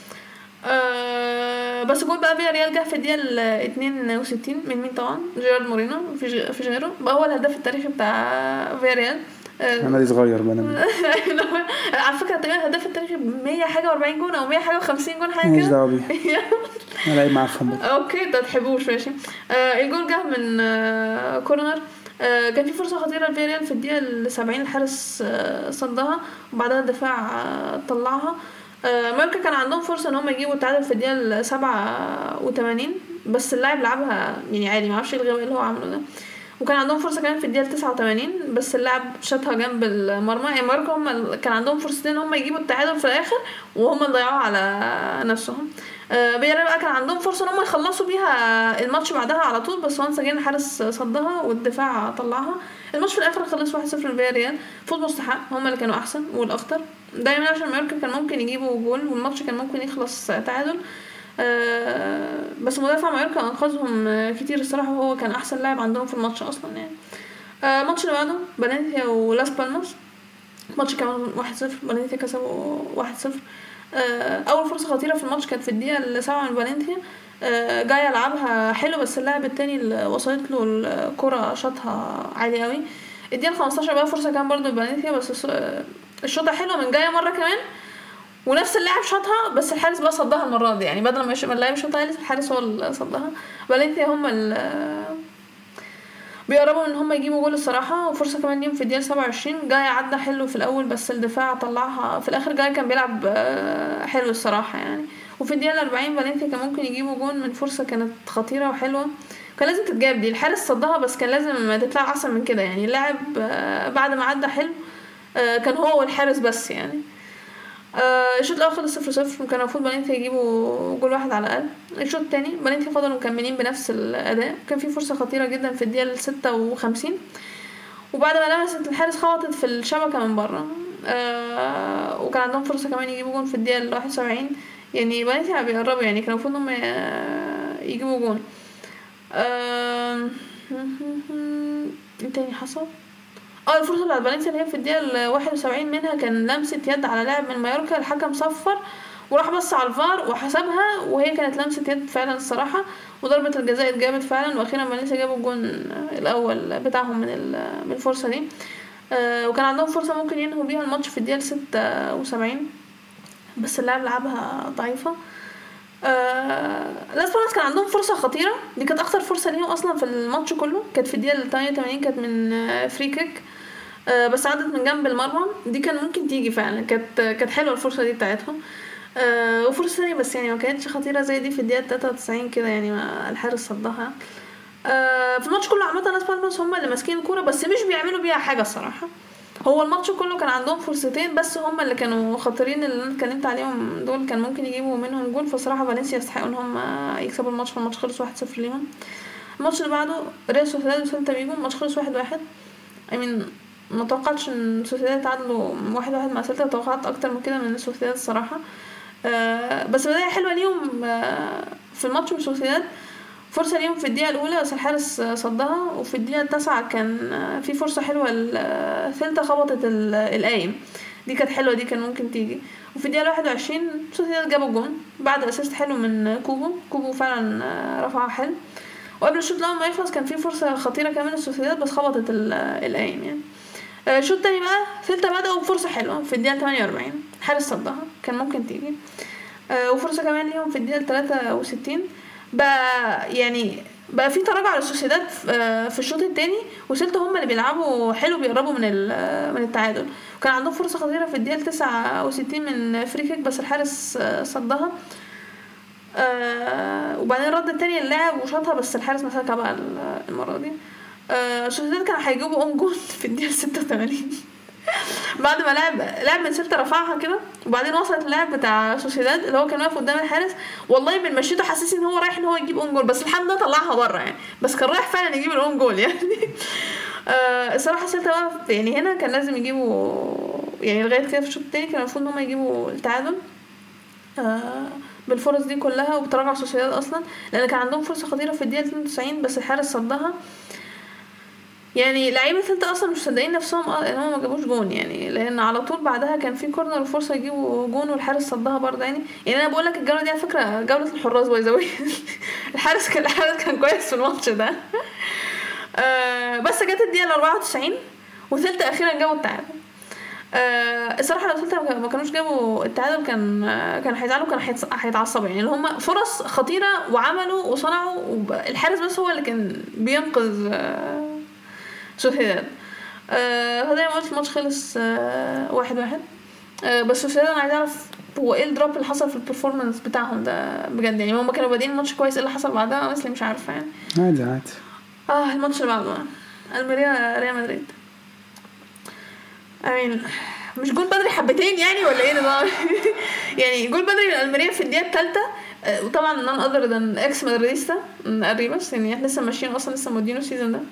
أه بس جول بقى فياريال جه في الدقيقه ال اتنين وستين من مين؟ طبعا جيرارد مورينو، في في غيره بقى، هو الهداف التاريخي بتاع فياريال. انا صغير بقى على فكره تقريبا الهداف التاريخي مية حاجه واربعين جون او مية حاجه وخمسين جون حاجه مش كده. دعوه بيه انا لعيب معفن بقى. اوكي انت تحبوش ماشي. آه الجول جه من آه كورنر. آه كان في فرصه خطيره لفياريال في الدقيقه السبعين، الحارس آه صدها وبعدها الدفاع آه طلعها. آه مايوركا كان عندهم فرصه ان هم يجيبوا التعادل في الدقيقه السبعة وتمانين، بس اللاعب لعبها يعني عادي، ما اعرفش ايه الغباء اللي هو عمله ده. وكان عندهم فرصه كمان في الدقيقه تسعة وتمانين، بس اللاعب شاطها جنب المرمى. يعني مايوركا هم كان عندهم فرصتين هم يجيبوا التعادل في الاخر وهم اللي ضيعوها على نفسهم. آه فياريال بقى كان عندهم فرصه ان هم يخلصوا بيها الماتش بعدها على طول، بس وانس جه الحارس صدها والدفاع طلعها. الماتش في الاخر خلص واحد صفر لفياريال، فوز مستحق، هم اللي كانوا احسن والاخطر دايما، عشان مايوركا كان ممكن يجيبوا جول والماتش كان ممكن يخلص تعادل. آه بس مدافع مايوركا انقذهم كتير الصراحه، وهو كان احسن لاعب عندهم في الماتش اصلا يعني. آه الماتش اللي بعده فالنسيا ولاس بالماس، ماتش كمان واحد صفر، فالنسيا كسبوا واحد صفر. آه اول فرصه خطيره في الماتش كانت في الدقيقه السابعة من فالنسيا. آه جاي يلعبها حلو، بس اللاعب التاني اللي وصلت له الكره شاطها عالي قوي. الدقيقه خمستاشر بقى فرصه كان برضو فالنسيا، بس الشوطه حلوه من جايه مره كمان ونفس اللاعب شاطها، بس الحارس بقى صدها المره دي، يعني بدل ما اللاعب شاطها الحارس هو اللي صدها. فالنسيا هم اللي بيقربوا ان هم يجيبوا جول الصراحه. وفرصه كمان ليهم في الدقيقه سبعة وعشرين، جاي عدى حلو في الاول بس الدفاع طلعها في الاخر. جاي كان بيلعب حلو الصراحه يعني. وفي الدقيقه أربعين فالنسيا كان ممكن يجيبوا جول من فرصه كانت خطيره وحلوه، كان لازم تتجاب دي، الحارس صدها بس كان لازم تطلع احسن من كده يعني. اللاعب بعد ما عدى حلو كان هو والحارس بس يعني. آه الشوط الاول خلص صفر صفر، وكان المفروض فالنسيا يجيبوا جول واحد على الاقل. الشوط الثاني فالنسيا فضلوا مكملين بنفس الاداء، كان في فرصه خطيره جدا في الدقيقه ستة وخمسين، وبعد ما لمست الحارس خبطت في الشبكه من بره. آه وكان عندهم فرصه كمان يجيبوا جول في الدقيقه واحد وسبعين، يعني فالنسيا بيقربوا يعني، كان المفروض هم يجيبوا جول. آه ايه تاني حصل؟ اه الفرصه بتاعت فالنسيا اللي هي في الدقيقه واحد وسبعين منها كان لمسه يد على لاعب من مايوركا، الحكم صفر وراح بص على الفار وحسبها، وهي كانت لمسه يد فعلا الصراحه، وضربه الجزاء اتجابت فعلا، واخيرا فالنسيا جابوا الجون الاول بتاعهم من من الفرصه دي. آه وكان عندهم فرصه ممكن ينهوا بيها الماتش في الدقيقه ستة وسبعين، بس اللاعب لعبها ضعيفه. آه لاس بالماس كان عندهم فرصه خطيره، دي كانت اخطر فرصه ليهم اصلا في الماتش كله، كانت في الدقيقه تمانية وتمانين، كانت من فري كيك آه بس عدت من جنب المرمى، دي كان ممكن تيجي فعلا، كانت كانت حلوه الفرصه دي بتاعتهم. آه وفرصه ثانيه بس يعني ما كانتش خطيره زي دي في الدقيقه تلاتة وتسعين كده يعني، ما الحارس صدها. آه في الماتش كله عامه لاس بالماس هم اللي ماسكين الكوره، بس مش بيعملوا بيها حاجه الصراحه. هو الماتش كله كان عندهم فرصتين بس هم اللي كانوا خطيرين، اللي انا اتكلمت عليهم دول كان ممكن يجيبوا منهم جول، فصراحه فالنسيا يستحقوا ان هم يكسبوا الماتش، فالماتش خلص واحد صفر ليهم. الماتش اللي بعده ريال سوسيداد وسيلتا فيجو، الماتش خلص واحد واحد. I mean ما توقعتش ان سوسيداد تعادلوا واحد واحد مع سيلتا، توقعت اكتر من كده من سوسيداد الصراحه. آه بس بدايه حلوه ليهم آه في الماتش من سوسيداد، فرصه ليهم في الدقيقه الاولى بس الحارس صدها، وفي الدقيقه التاسعة كان في فرصه حلوه سيلتا خبطت القايم، دي كانت حلوه، دي كان ممكن تيجي. وفي الدقيقه واحد وعشرين سوسيداد جابوا جون بعد اسيست حلو من كوبو، كوبو فعلا رفعها حلو. وقبل الشوط الاول ما يخلص كان في فرصه خطيره كمان للسوسيداد بس خبطت القايم يعني. الشوط الثاني بقى سيلتا بدأوا بفرصه حلوه في الدقيقه تمانية واربعين، الحارس صدها كان ممكن تيجي. وفرصه كمان ليهم في الدقيقه تلاتة وستين، بقى يعني بقى في تراجع على السوسيداد في الشوط الثاني، وسيلتا هم اللي بيلعبوا حلو بيقربوا من من التعادل. وكان عندهم فرصه خطيره في الدقيقه تسعة وستين من فري كيك بس الحارس صدها. آه وبعدين رد التاني اللاعب وشاطها بس الحارس مسكها بقى المره دي. آه سوسيداد كانوا هيجيبوا اون جول في الدقيقه ستة وتمانين بعد ما لعب لعب من سلتا رفعها كده، وبعدين وصلت اللاعب بتاع سوسيداد اللي هو كان واقف قدام الحارس، والله من مشيته حسيت ان هو رايح ان هو يجيب اون جول، بس الحمد لله طلعها بره يعني، بس كان رايح فعلا يجيب الاون جول يعني. آه الصراحه سلتا واقف يعني هنا كان لازم يجيبوا يعني لغايه كده في الشوط الثاني كان المفروض ان هم يجيبوا التعادل آه بالفرص دي كلها وبتراجع سوسيداد اصلا، لان كان عندهم فرصه خطيره في الدقيقه اتنين وتسعين بس الحارس صدها. يعني لعيبه سلتا اصلا مش مصدقين نفسهم ان هم ما جابوش جون يعني، لان على طول بعدها كان في كورنر وفرصه يجيبوا جون والحارس صدها برضه يعني. يعني انا بقول لك الجوله دي على فكره جوله الحراس باي ذا واي. الحارس كان الحارس كان كويس في الماتش ده. آه بس جت الدقيقه اربعة وتسعين وسلتا اخيرا جابوا التعادل. آه الصراحه لو سلتا ما كانوش جابوا التعادل كان آه كان هيزعلوا، كان هيتعصبوا يعني، اللي هم فرص خطيره وعملوا وصنعوا، الحارس بس هو اللي كان بينقذ آه سوسيداد. آه زي ما قلت الماتش خلص آه واحد واحد. آه بس سوسيداد انا عايز اعرف هو ايه الدروب اللي حصل في البرفورمانس بتاعهم ده بجد يعني، هم كانوا بادئين الماتش كويس، ايه اللي حصل بعدها انا اصلا مش عارفه يعني. عادي عادي. اه الماتش اللي بعده الميريا ريال مدريد، امين مش جول بدري حبتين يعني ولا ايه نظام؟ يعني جول بدري من الميريا في الدقيقه الثالثه، وطبعا نان اذر ذان اكس مدريديستا اريباس يعني احنا لسه ماشيين اصلا لسه مودينه السيزون ده.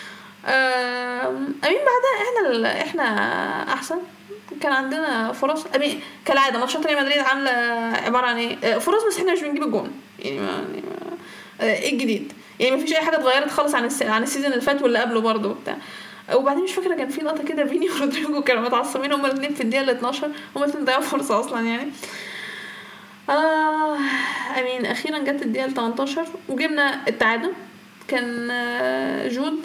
امين بعدها احنا ال... احنا احسن، كان عندنا فرص امين كالعاده. ماتشات ريال مدريد عامله عباره عن ايه؟ فرص بس احنا مش بنجيب الجون يعني، ما... يعني ما... ايه الجديد يعني؟ ما فيش اي حاجه اتغيرت خالص عن الس... عن السيزون اللي فات واللي قبله برضه وبتاع. وبعدين مش فاكره كان في لقطه كده فيني ورودريجو كانوا متعصبين هما الاثنين في الدقيقه اتناشر، هما الاثنين ضيعوا فرصه اصلا يعني. اه امين اخيرا جت الدقيقه تمنتاشر وجبنا التعادل. كان جود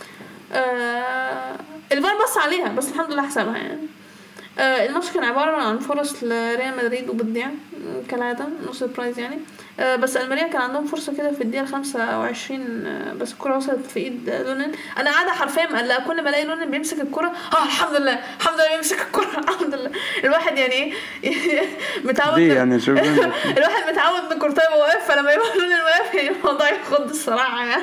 آه الفار بص عليها بس الحمد لله حسبها يعني. آه الماتش كان عباره عن فرص لريال مدريد وبتضيع كالعاده، نو سربرايز يعني. آه بس الميريا كان عندهم فرصه كده في الدقيقه خمسة وعشرين آه بس الكره وصلت في ايد لونين. انا قاعده حرفيا مقلقه كل ما الاقي لونين بيمسك الكره، اه الحمد لله الحمد لله بيمسك الكره الحمد لله. الواحد يعني ايه متعود يعني شوف الواحد متعود ان كورتوا واقف، فلما يبقى لونين واقف يعني الموضوع يخض الصراحه يعني.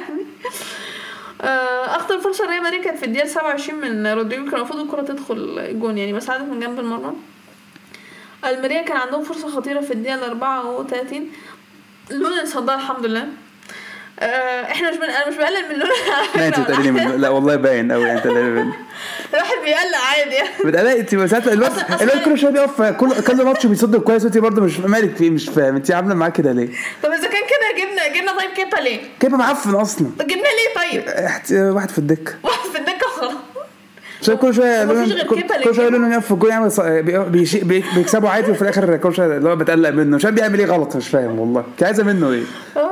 اخطر فرصه ريال مدريد كانت في الدقيقه سبعة وعشرين من رودريجو، كان المفروض الكره تدخل الجون يعني بس عدت من جنب المرمى. الميريا كان عندهم فرصه خطيره في الدقيقه اربعة وتلاتين لون صدها الحمد لله. أه احنا مش بن... انا مش بقلل من لون. لا انت بتقللي من لا والله باين قوي انت اللي الواحد بيقلق عادي يعني. بتقلقي انت ساعات الوقت الوقت كل شويه بيقف كل كل ماتش بيصد كويس وانت برضه مش مالك فيه مش فاهم انت عامله معاه كده ليه؟ طب اذا كان كده جبنا جبنا طيب كيبا ليه؟ كيبا معفن اصلا. جبنا ليه طيب؟ واحد في الدكه واحد في الدكه خلاص. شوف كل شويه كل شويه يقولوا يقف في الجول يعمل بيكسبوا عادي وفي الاخر كل شويه اللي هو بتقلق منه مش بيعمل ايه غلط مش فاهم والله انت عايزه منه ايه؟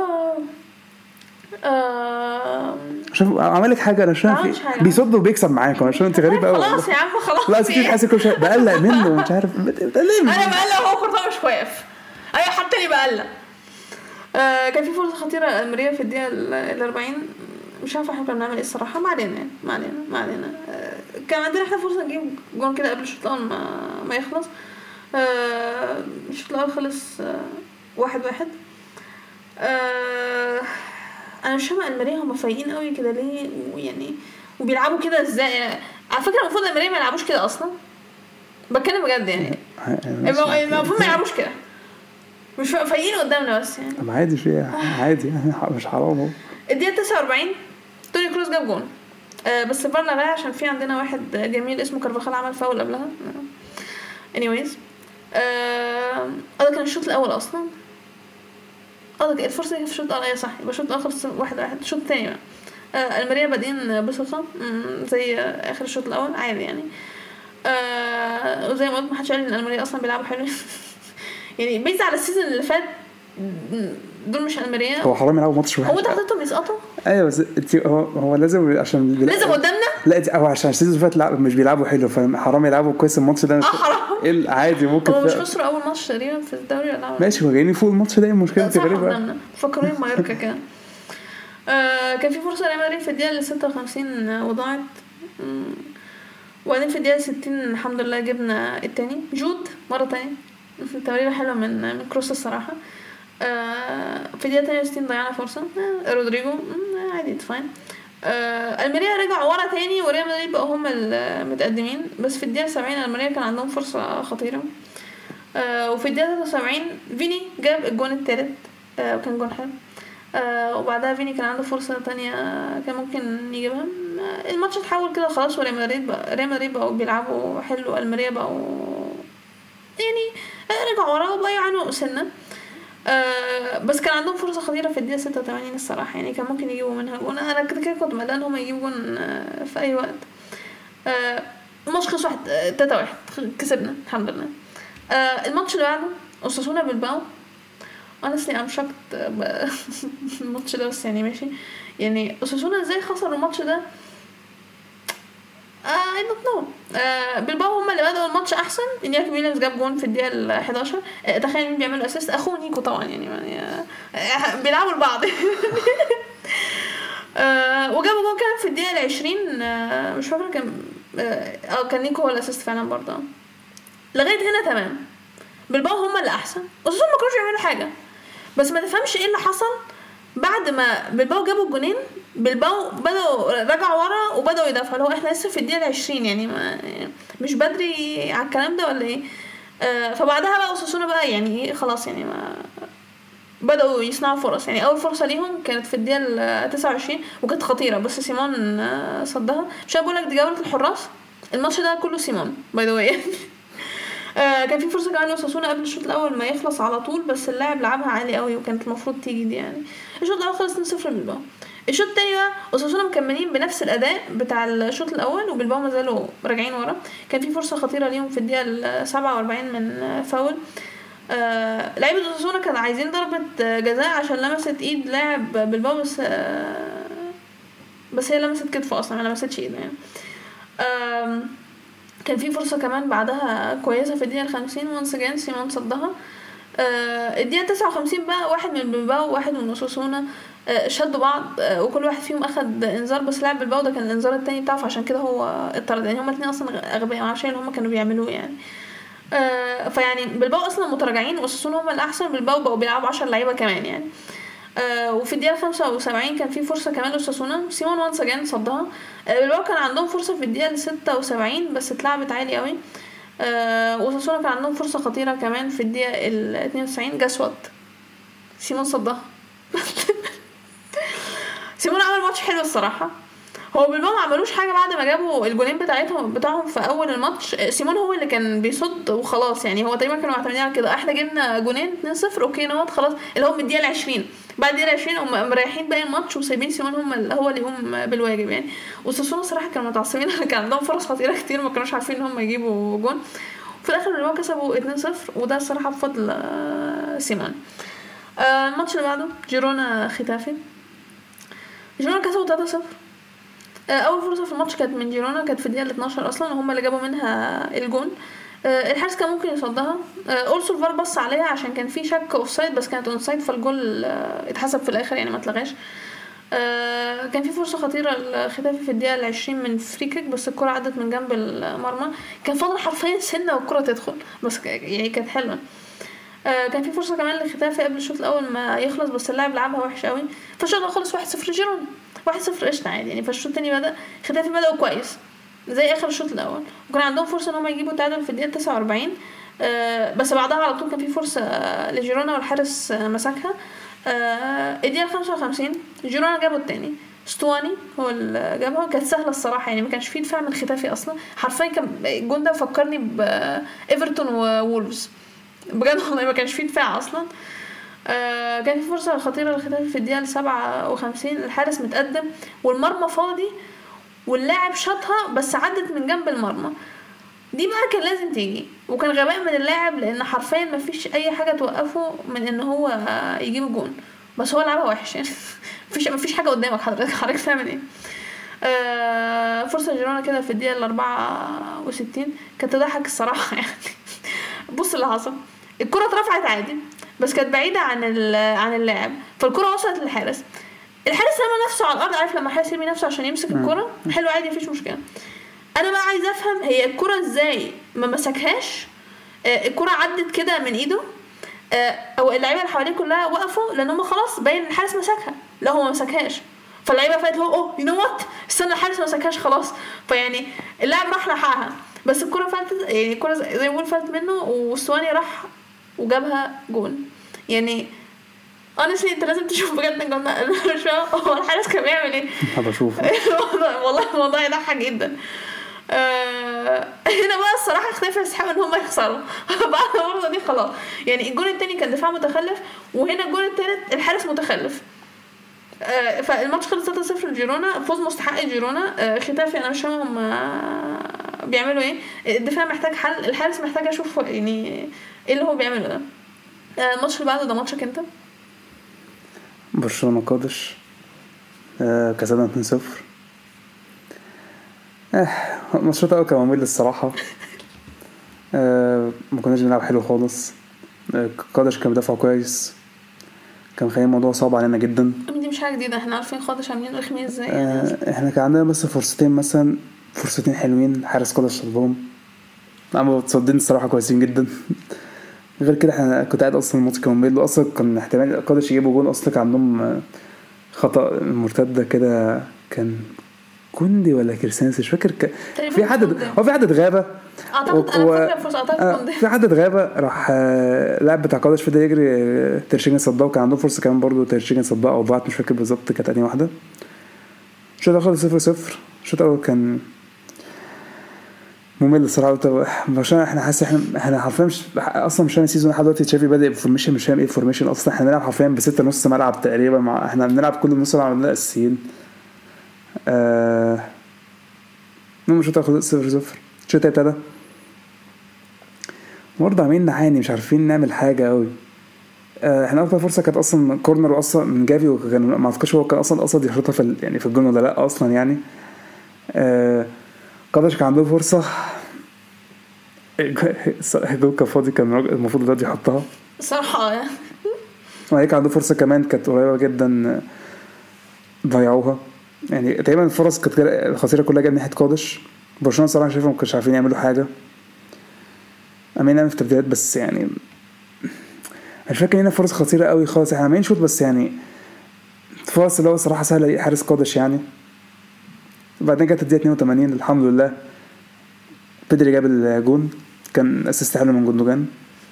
اه شوف عمل لك حاجه انا مش فاهم بيصد وبيكسب معاكم عشان انت غريبه قوي. خلاص يا عم خلاص لا سيدي حاسس كل شويه بقلق منه مش عارف بتقلق. انا بقلق هو كورتوا مش واقف اي حتى لي بقلق. آه كان في فرصه خطيره الميريا في الدقيقه الأربعين مش عارفه احنا كنا بنعمل ايه الصراحه، ما علينا يعني ما علينا ما علينا. آه كان عندنا احنا فرصه نجيب جون كده قبل الشوط الاول ما ما يخلص. آه الشوط الاول خلص آه واحد واحد. آه انا مش فاهمه الميريا هم فايقين قوي كده ليه يعني وبيلعبوا كده ازاي؟ على فكره المفروض الميريا ما يلعبوش كده اصلا، بتكلم بجد يعني المفروض ما يلعبوش كده، مش فايقين قدامنا بس يعني. طب عادي شويه عادي مش حرام اهو. الدقيقه تسعة وأربعين توني كروز جاب جون آه بس الفار لغاه عشان في عندنا واحد جميل اسمه كارفاخال عمل فاول قبلها. anyways اه ده كان الشوط الاول اصلا. اه ده الفرصه دي في الشوط الاول صح، يبقى الشوط الاخر واحد واحد. الشوط الثاني بقى آه الميريا بادئين بثقه زي اخر الشوط الاول عادي يعني. آه وزي ما قلت ما حدش قال ان الميريا اصلا بيلعبوا حلو يعني بيز على السيزون اللي فات دول مش الميريا. هو حرام يلعبوا ماتش واحد. هو ده حطيتهم يسقطوا. ايوه بس انت هو هو لازم عشان بيلعب. لازم قدامنا. لا هو عشان السيزون اللي فات لا مش بيلعبوا حلو فحرام يلعبوا كويس الماتش ده. اه حرام ايه عادي ممكن هو مش خسروا اول ماتش تقريبا في الدوري ولا ماشي هو جايين فوق الماتش ده مشكله غريبه فكروا مايوركا كده. آه كان في فرصه ريال مدريد في الدقيقه ستة وخمسين وضاعت، وبعدين في الدقيقه ستين الحمد لله جبنا الثاني جود مره ثانيه تمريره حلوه من من كروس الصراحه. آه في الدقيقه ثمانية وستين ضيعنا فرصه آه رودريجو آه عادي فاين. آه الميريا رجع ورا تاني وريال مدريد بقوا هم المتقدمين، بس في الدقيقه سبعين الميريا كان عندهم فرصه خطيره. آه وفي الدقيقه ثلاثة وسبعين فيني جاب الجون الثالث، آه وكان جون حلو. آه وبعدها فيني كان عنده فرصه تانية كان ممكن يجيبها. آه الماتش اتحول كده خلاص، وريال مدريد بقى ريال مدريد بقوا بيلعبوا حلو، الميريا بقوا يعني رجعوا ورا وبقوا يعانوا سنه. آه بس كان عندهم فرصه خطيره في الدقيقه ستة وثمانين الصراحه، يعني كان ممكن يجيبوا منها جون. انا كده كده كنت مقلقان هم يجيبوا جون آه في اي وقت. آه الماتش خلص واحد تلاتة واحد، كسبنا الحمد لله. آه الماتش اللي بعده اوساسونا بالباو. honestly I'm shocked الماتش ده، بس يعني ماشي. يعني اوساسونا ازاي خسر الماتش ده؟ I don't know. آه بالباو هم اللي بدأوا الماتش احسن. انياكي ويليامز جاب جون في الدقيقه الحداشر. آه تخيل مين بيعمل اسيست؟ اخوه نيكو طبعا، يعني, يعني آه بيلعبوا لبعض. آه وجابوا جون كمان في الدقيقه العشرين. آه مش فاكره كان اه كان نيكو هو الاسيست فعلا برضه. لغايه هنا تمام، بالباو هم اللي احسن. اوساسونا ما كانوش بيعملوا حاجه، بس ما تفهمش ايه اللي حصل بعد ما بالباو جابوا الجونين. بالباو بدأوا رجعوا ورا وبدأوا يدافعوا، لو احنا لسه في الدقيقة العشرين، يعني ما مش بدري على الكلام ده ولا ايه؟ آه فبعدها بقى اوساسونا بقى يعني خلاص، يعني ما بدأوا يصنعوا فرص. يعني اول فرصة ليهم كانت في الدقيقة تسعة وعشرين وكانت خطيرة، بس سيمون آه صدها. مش بقول لك دي جولة الحراس، الماتش ده كله سيمون باي ذا واي. آه كان في فرصه كمان لأوساسونا قبل الشوط الاول ما يخلص على طول، بس اللاعب لعبها عالي قوي وكانت المفروض تيجي دي. يعني الشوط الاول خلص اتنين صفر بالباو. الشوط الثاني بقى اوساسونا مكملين بنفس الاداء بتاع الشوط الاول، وبالباو ما زالوا راجعين ورا. كان في فرصه خطيره ليهم في الدقيقه سبعة وأربعين من فاول. آه لعيبه اوساسونا كانوا عايزين ضربه جزاء عشان لمست ايد لاعب بالباو، بس آه بس هي لمست كتفه اصلا، ما لمستش ايده يعني. آه كان في فرصه كمان بعدها كويسه في الدقيقه الخمسين، وانس جان سيمون صدها. آه الدقيقه تسعة وخمسين بقى واحد من بالباو وواحد من اوساسونا آه شدوا بعض، آه وكل واحد فيهم اخد انذار، بس لاعب بالباو ده كان الانذار التاني بتاعه، عشان كده هو اتطرد. يعني هما الاثنين اصلا اغبياء، ما اعرفش اللي هما كانوا بيعملوه يعني. آه فيعني بالباو اصلا متراجعين، واوساسونا هما الاحسن. بالباو بقوا بيلعبوا عشرة لعيبه كمان يعني. آه وفي الدقيقه خمسة وسبعين كان في فرصه كمان لأوساسونا، سيمون وانس جان صدها. آه بالباو كان عندهم فرصه في الدقيقه ستة وسبعين بس اتلعبت عالي قوي. آه وأوساسونا كان عندهم فرصه خطيره كمان في الدقيقه اتنين وتسعين، جاسوات سيمون صدها. سيمون عمل ماتش حلو الصراحه. هو بالباو ما عملوش حاجه بعد ما جابوا الجولين بتاعتهم بتاعهم في اول الماتش. سيمون هو اللي كان بيصد وخلاص، يعني هو تقريبا كانوا معتمدين على كده. احنا جبنا جولين اتنين صفر اوكي نوت خلاص، اللي هو من الدقيقه العشرين. بعد الدقيقه العشرين هم مريحين باقي الماتش وسايبين سيمون هم اللي هو اللي يقوم بالواجب يعني. وساسونا صراحه كانوا متعصبين، كان عندهم فرص خطيره كتير ما كانوش عارفين ان هم يجيبوا جون. وفي الاخر بالباو كسبوا اتنين صفر، وده الصراحه بفضل سيمون. آه الماتش اللي بعده جيرونا ختافي. جيرونا كسبوا تلاتة صفر. اول فرصه في الماتش كانت من جيرونا، كانت في الدقيقه اتناشر اصلا، وهم اللي جابوا منها الجون. الحارس كان ممكن يصدها. اولسو الفار بص عليها عشان كان في شك اوفسايد، بس كانت اونسايد، فالجول اتحسب في الاخر يعني ما اتلغاش. كان في فرصه خطيره لختافي في الدقيقه العشرين من فري كيك، بس الكره عدت من جنب المرمى. كان فاضل حرفيا سنه والكره تدخل، بس يعني كانت حلوه. كان في فرصه كمان لختافي قبل الشوط الاول ما يخلص، بس اللاعب لعبها وحش قوي، فالشوط خلص واحد صفر جيرونا. واحد صفر قشطه عادي يعني. فالشوط الثاني بدا ختافي بدأوا كويس زي اخر الشوط الاول، وكان عندهم فرصه ان هم يجيبوا التعادل في الدقيقه تسعة وأربعين. أه بس بعدها على طول كان في فرصه لجيرونا والحارس مسكها. أه الدقيقه خمسة وخمسين جيرونا جابوا الثاني، ستواني هو اللي جابها. كانت سهله الصراحه يعني، ما كانش فيه دفاع من ختافي اصلا حرفيا. كان الجون ده فكرني بايفرتون وولفز بجد والله، ما كانش فيه دفاع اصلا. آه كان في فرصه خطيره لختافي في الدقيقه سبعة وخمسين، الحارس متقدم والمرمى فاضي واللاعب شاطها بس عدت من جنب المرمى. دي بقى كان لازم تيجي، وكان غباء من اللاعب لان حرفيا ما فيش اي حاجه توقفه من ان هو يجيب جون، بس هو لعبها وحش يعني. مفيش مفيش حاجه قدامك حضرتك حضرتك تعمل ايه؟ آه فرصه جيرونا كده في الدقيقه أربعة وستين كانت تضحك الصراحه يعني. بص اللي حصل، الكره اترفعت عادي بس كانت بعيده عن عن اللاعب، فالكره وصلت للحارس. الحارس رمى نفسه على الارض، عارف لما الحارس يرمي نفسه عشان يمسك الكره، حلو عادي مفيش مشكله. انا بقى عايزه افهم هي الكره ازاي ما مسكهاش. آه الكره عدت كده من ايده، آه او اللعيبه اللي حواليه كلها وقفوا لان هم خلاص باين الحارس مسكها، لا هو ما مسكهاش. فاللعيبه فاتت هو اوه يو نو وات استنى الحارس ما مسكهاش خلاص، فيعني اللاعب راح لحقها بس الكره فاتت، يعني الكره زي ما بقول فاتت منه والسواني راح وجابها جون. يعني honestly انت لازم تشوف بجد الجون ده. مش فاهم هو الحارس كان بيعمل ايه. هبقى اشوف والله الموضوع يضحك جدا. آه هنا بقى الصراحه اختفى يستحقوا ان هم يخسروا بعد المره دي خلاص. يعني الجون الثاني كان دفاع متخلف وهنا الجون الثالث الحارس متخلف. آه فالماتش خلص ثلاثة صفر لجيرونا، فوز مستحق جيرونا. آه ختافي انا مش فاهم هم بيعملوا ايه. الدفاع محتاج حل، الحارس محتاج اشوف يعني ايه اللي هو بيعمله ده. آه الماتش اللي بعده ده ماتشك انت برشلونة قادش. آه كسبنا اتنين صفر. اه الماتش ده كان ممل الصراحة. آه ما كناش بنلعب حلو خالص. آه قادش كان بيدافع كويس، كان خلي الموضوع صعب علينا جدا. دي مش حاجه جديده، احنا عارفين قادش عاملين رخمين ازاي. آه احنا كان عندنا بس فرصتين مثلا، فرصتين حلوين حارس قادش صدهم، عملوا تصدين الصراحة كويسين جدا. غير كده احنا كنت قاعد اصلا الماتش كان ممل، اصلا كان احتمال قادش يجيبوا جون، اصلا كان عندهم خطأ مرتدة كده، كان كوندي ولا كريستيانس مش فاكر ك... في حد هو في حد اتغابى اعتقد انا فاكره فرصه اعتقد كوندي في حد اتغابى راح لاعب بتاع قادش فضل يجري ترشيجن صدقه، وكان عنده فرصه كمان برضو ترشيجن صدقه او ضاعت مش فاكر بالظبط كانت انهي واحده. الشوط الاول صفر صفر. الشوط الاول كان ممل الصراحه، عشان احنا حاسس احنا احنا حرفيا مش اصلا مش فاهم السيزون لحد دلوقتي. تشافي بادئ بفورميشن مش فاهم ايه الفورميشن اصلا. احنا بنلعب حرفيا بستة نص ملعب تقريبا، مع احنا بنلعب كل نص ملعب الاساسيين. آه نو مش هتاخد صفر صفر. الشوط ابتدى برضه عاملين نعاني مش عارفين نعمل حاجه قوي. آه احنا اكتر فرصه كانت اصلا كورنر اصلا من جافي، وكان ما اعتقدش هو كان اصلا قصد يحطها في يعني في الجون ولا لا اصلا يعني. آه قادش كان عنده فرصه جول كان فاضي، كان المفروض ده يحطها صراحه يعني. وهيك عنده فرصه كمان كانت قريبه جدا ضيعوها. يعني تقريبا الفرص كانت الخطيره كلها جايه من ناحيه قادش. برشلونه صراحه شايفهم ما كانوش عارفين يعملوا حاجه. امين نعمل في التبديلات بس يعني مش فاكر هنا فرص خطيره قوي خالص. احنا عاملين شوط بس يعني فرص اللي هو صراحه سهله حارس قادش يعني. وبعدين جت الدقيقه اتنين وتمانين الحمد لله بيدري جاب الجون، كان اسيست حلو من جوندوجان.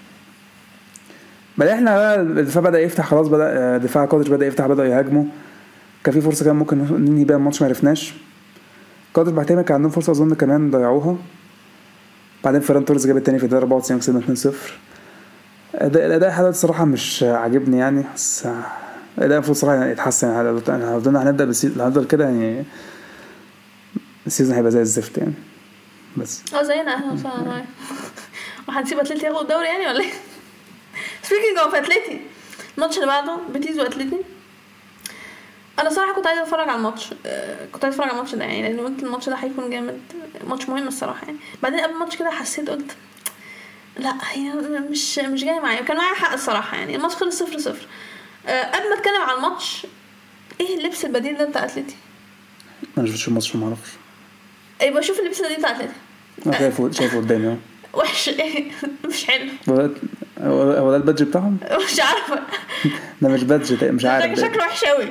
بعد احنا بقى الدفاع بدا يفتح خلاص، بدا دفاع قادش بدا يفتح، بدا يهاجموا. كان في فرصه كان ممكن ننهي بيها الماتش ما عرفناش. قادش بعدين كان عندهم فرصه اظن كمان ضيعوها. بعدين فران توريس جاب الثاني في الدقيقه اربعة وتسعين كسبنا اتنين صفر. الاداء حاليا الصراحه مش عاجبني يعني، بس الاداء المفروض صراحه يعني يتحسن. يعني فضلنا هنبدا بالسيزون هنفضل كده يعني السيزون هيبقى زي الزفت يعني. بس اه زينا احنا وصلنا وهنسيب اتلتي ياخد الدوري يعني ولا ايه؟ سبيكينج اوف اتلتي، الماتش اللي بعده بيتيز واتلتي. انا صراحه كنت عايزه اتفرج على الماتش، كنت عايزه اتفرج على الماتش ده يعني، لان قلت الماتش ده هيكون جامد، ماتش مهم الصراحه يعني. بعدين قبل الماتش كده حسيت قلت لا هي مش مش جاي معايا، وكان معايا حق الصراحه يعني. الماتش خلص صفر صفر. قبل ما اتكلم عن الماتش، ايه اللبس البديل ده بتاع اتلتي؟ انا مش الماتش ما اعرفش. ايوه بشوف اللبس البديل بتاع اتلتي، انا شايفه شايفه قدامي اهو. وحش مش حلو. هو ده البادج بتاعهم؟ مش عارفه ده مش بادج مش عارف، شكله وحش قوي.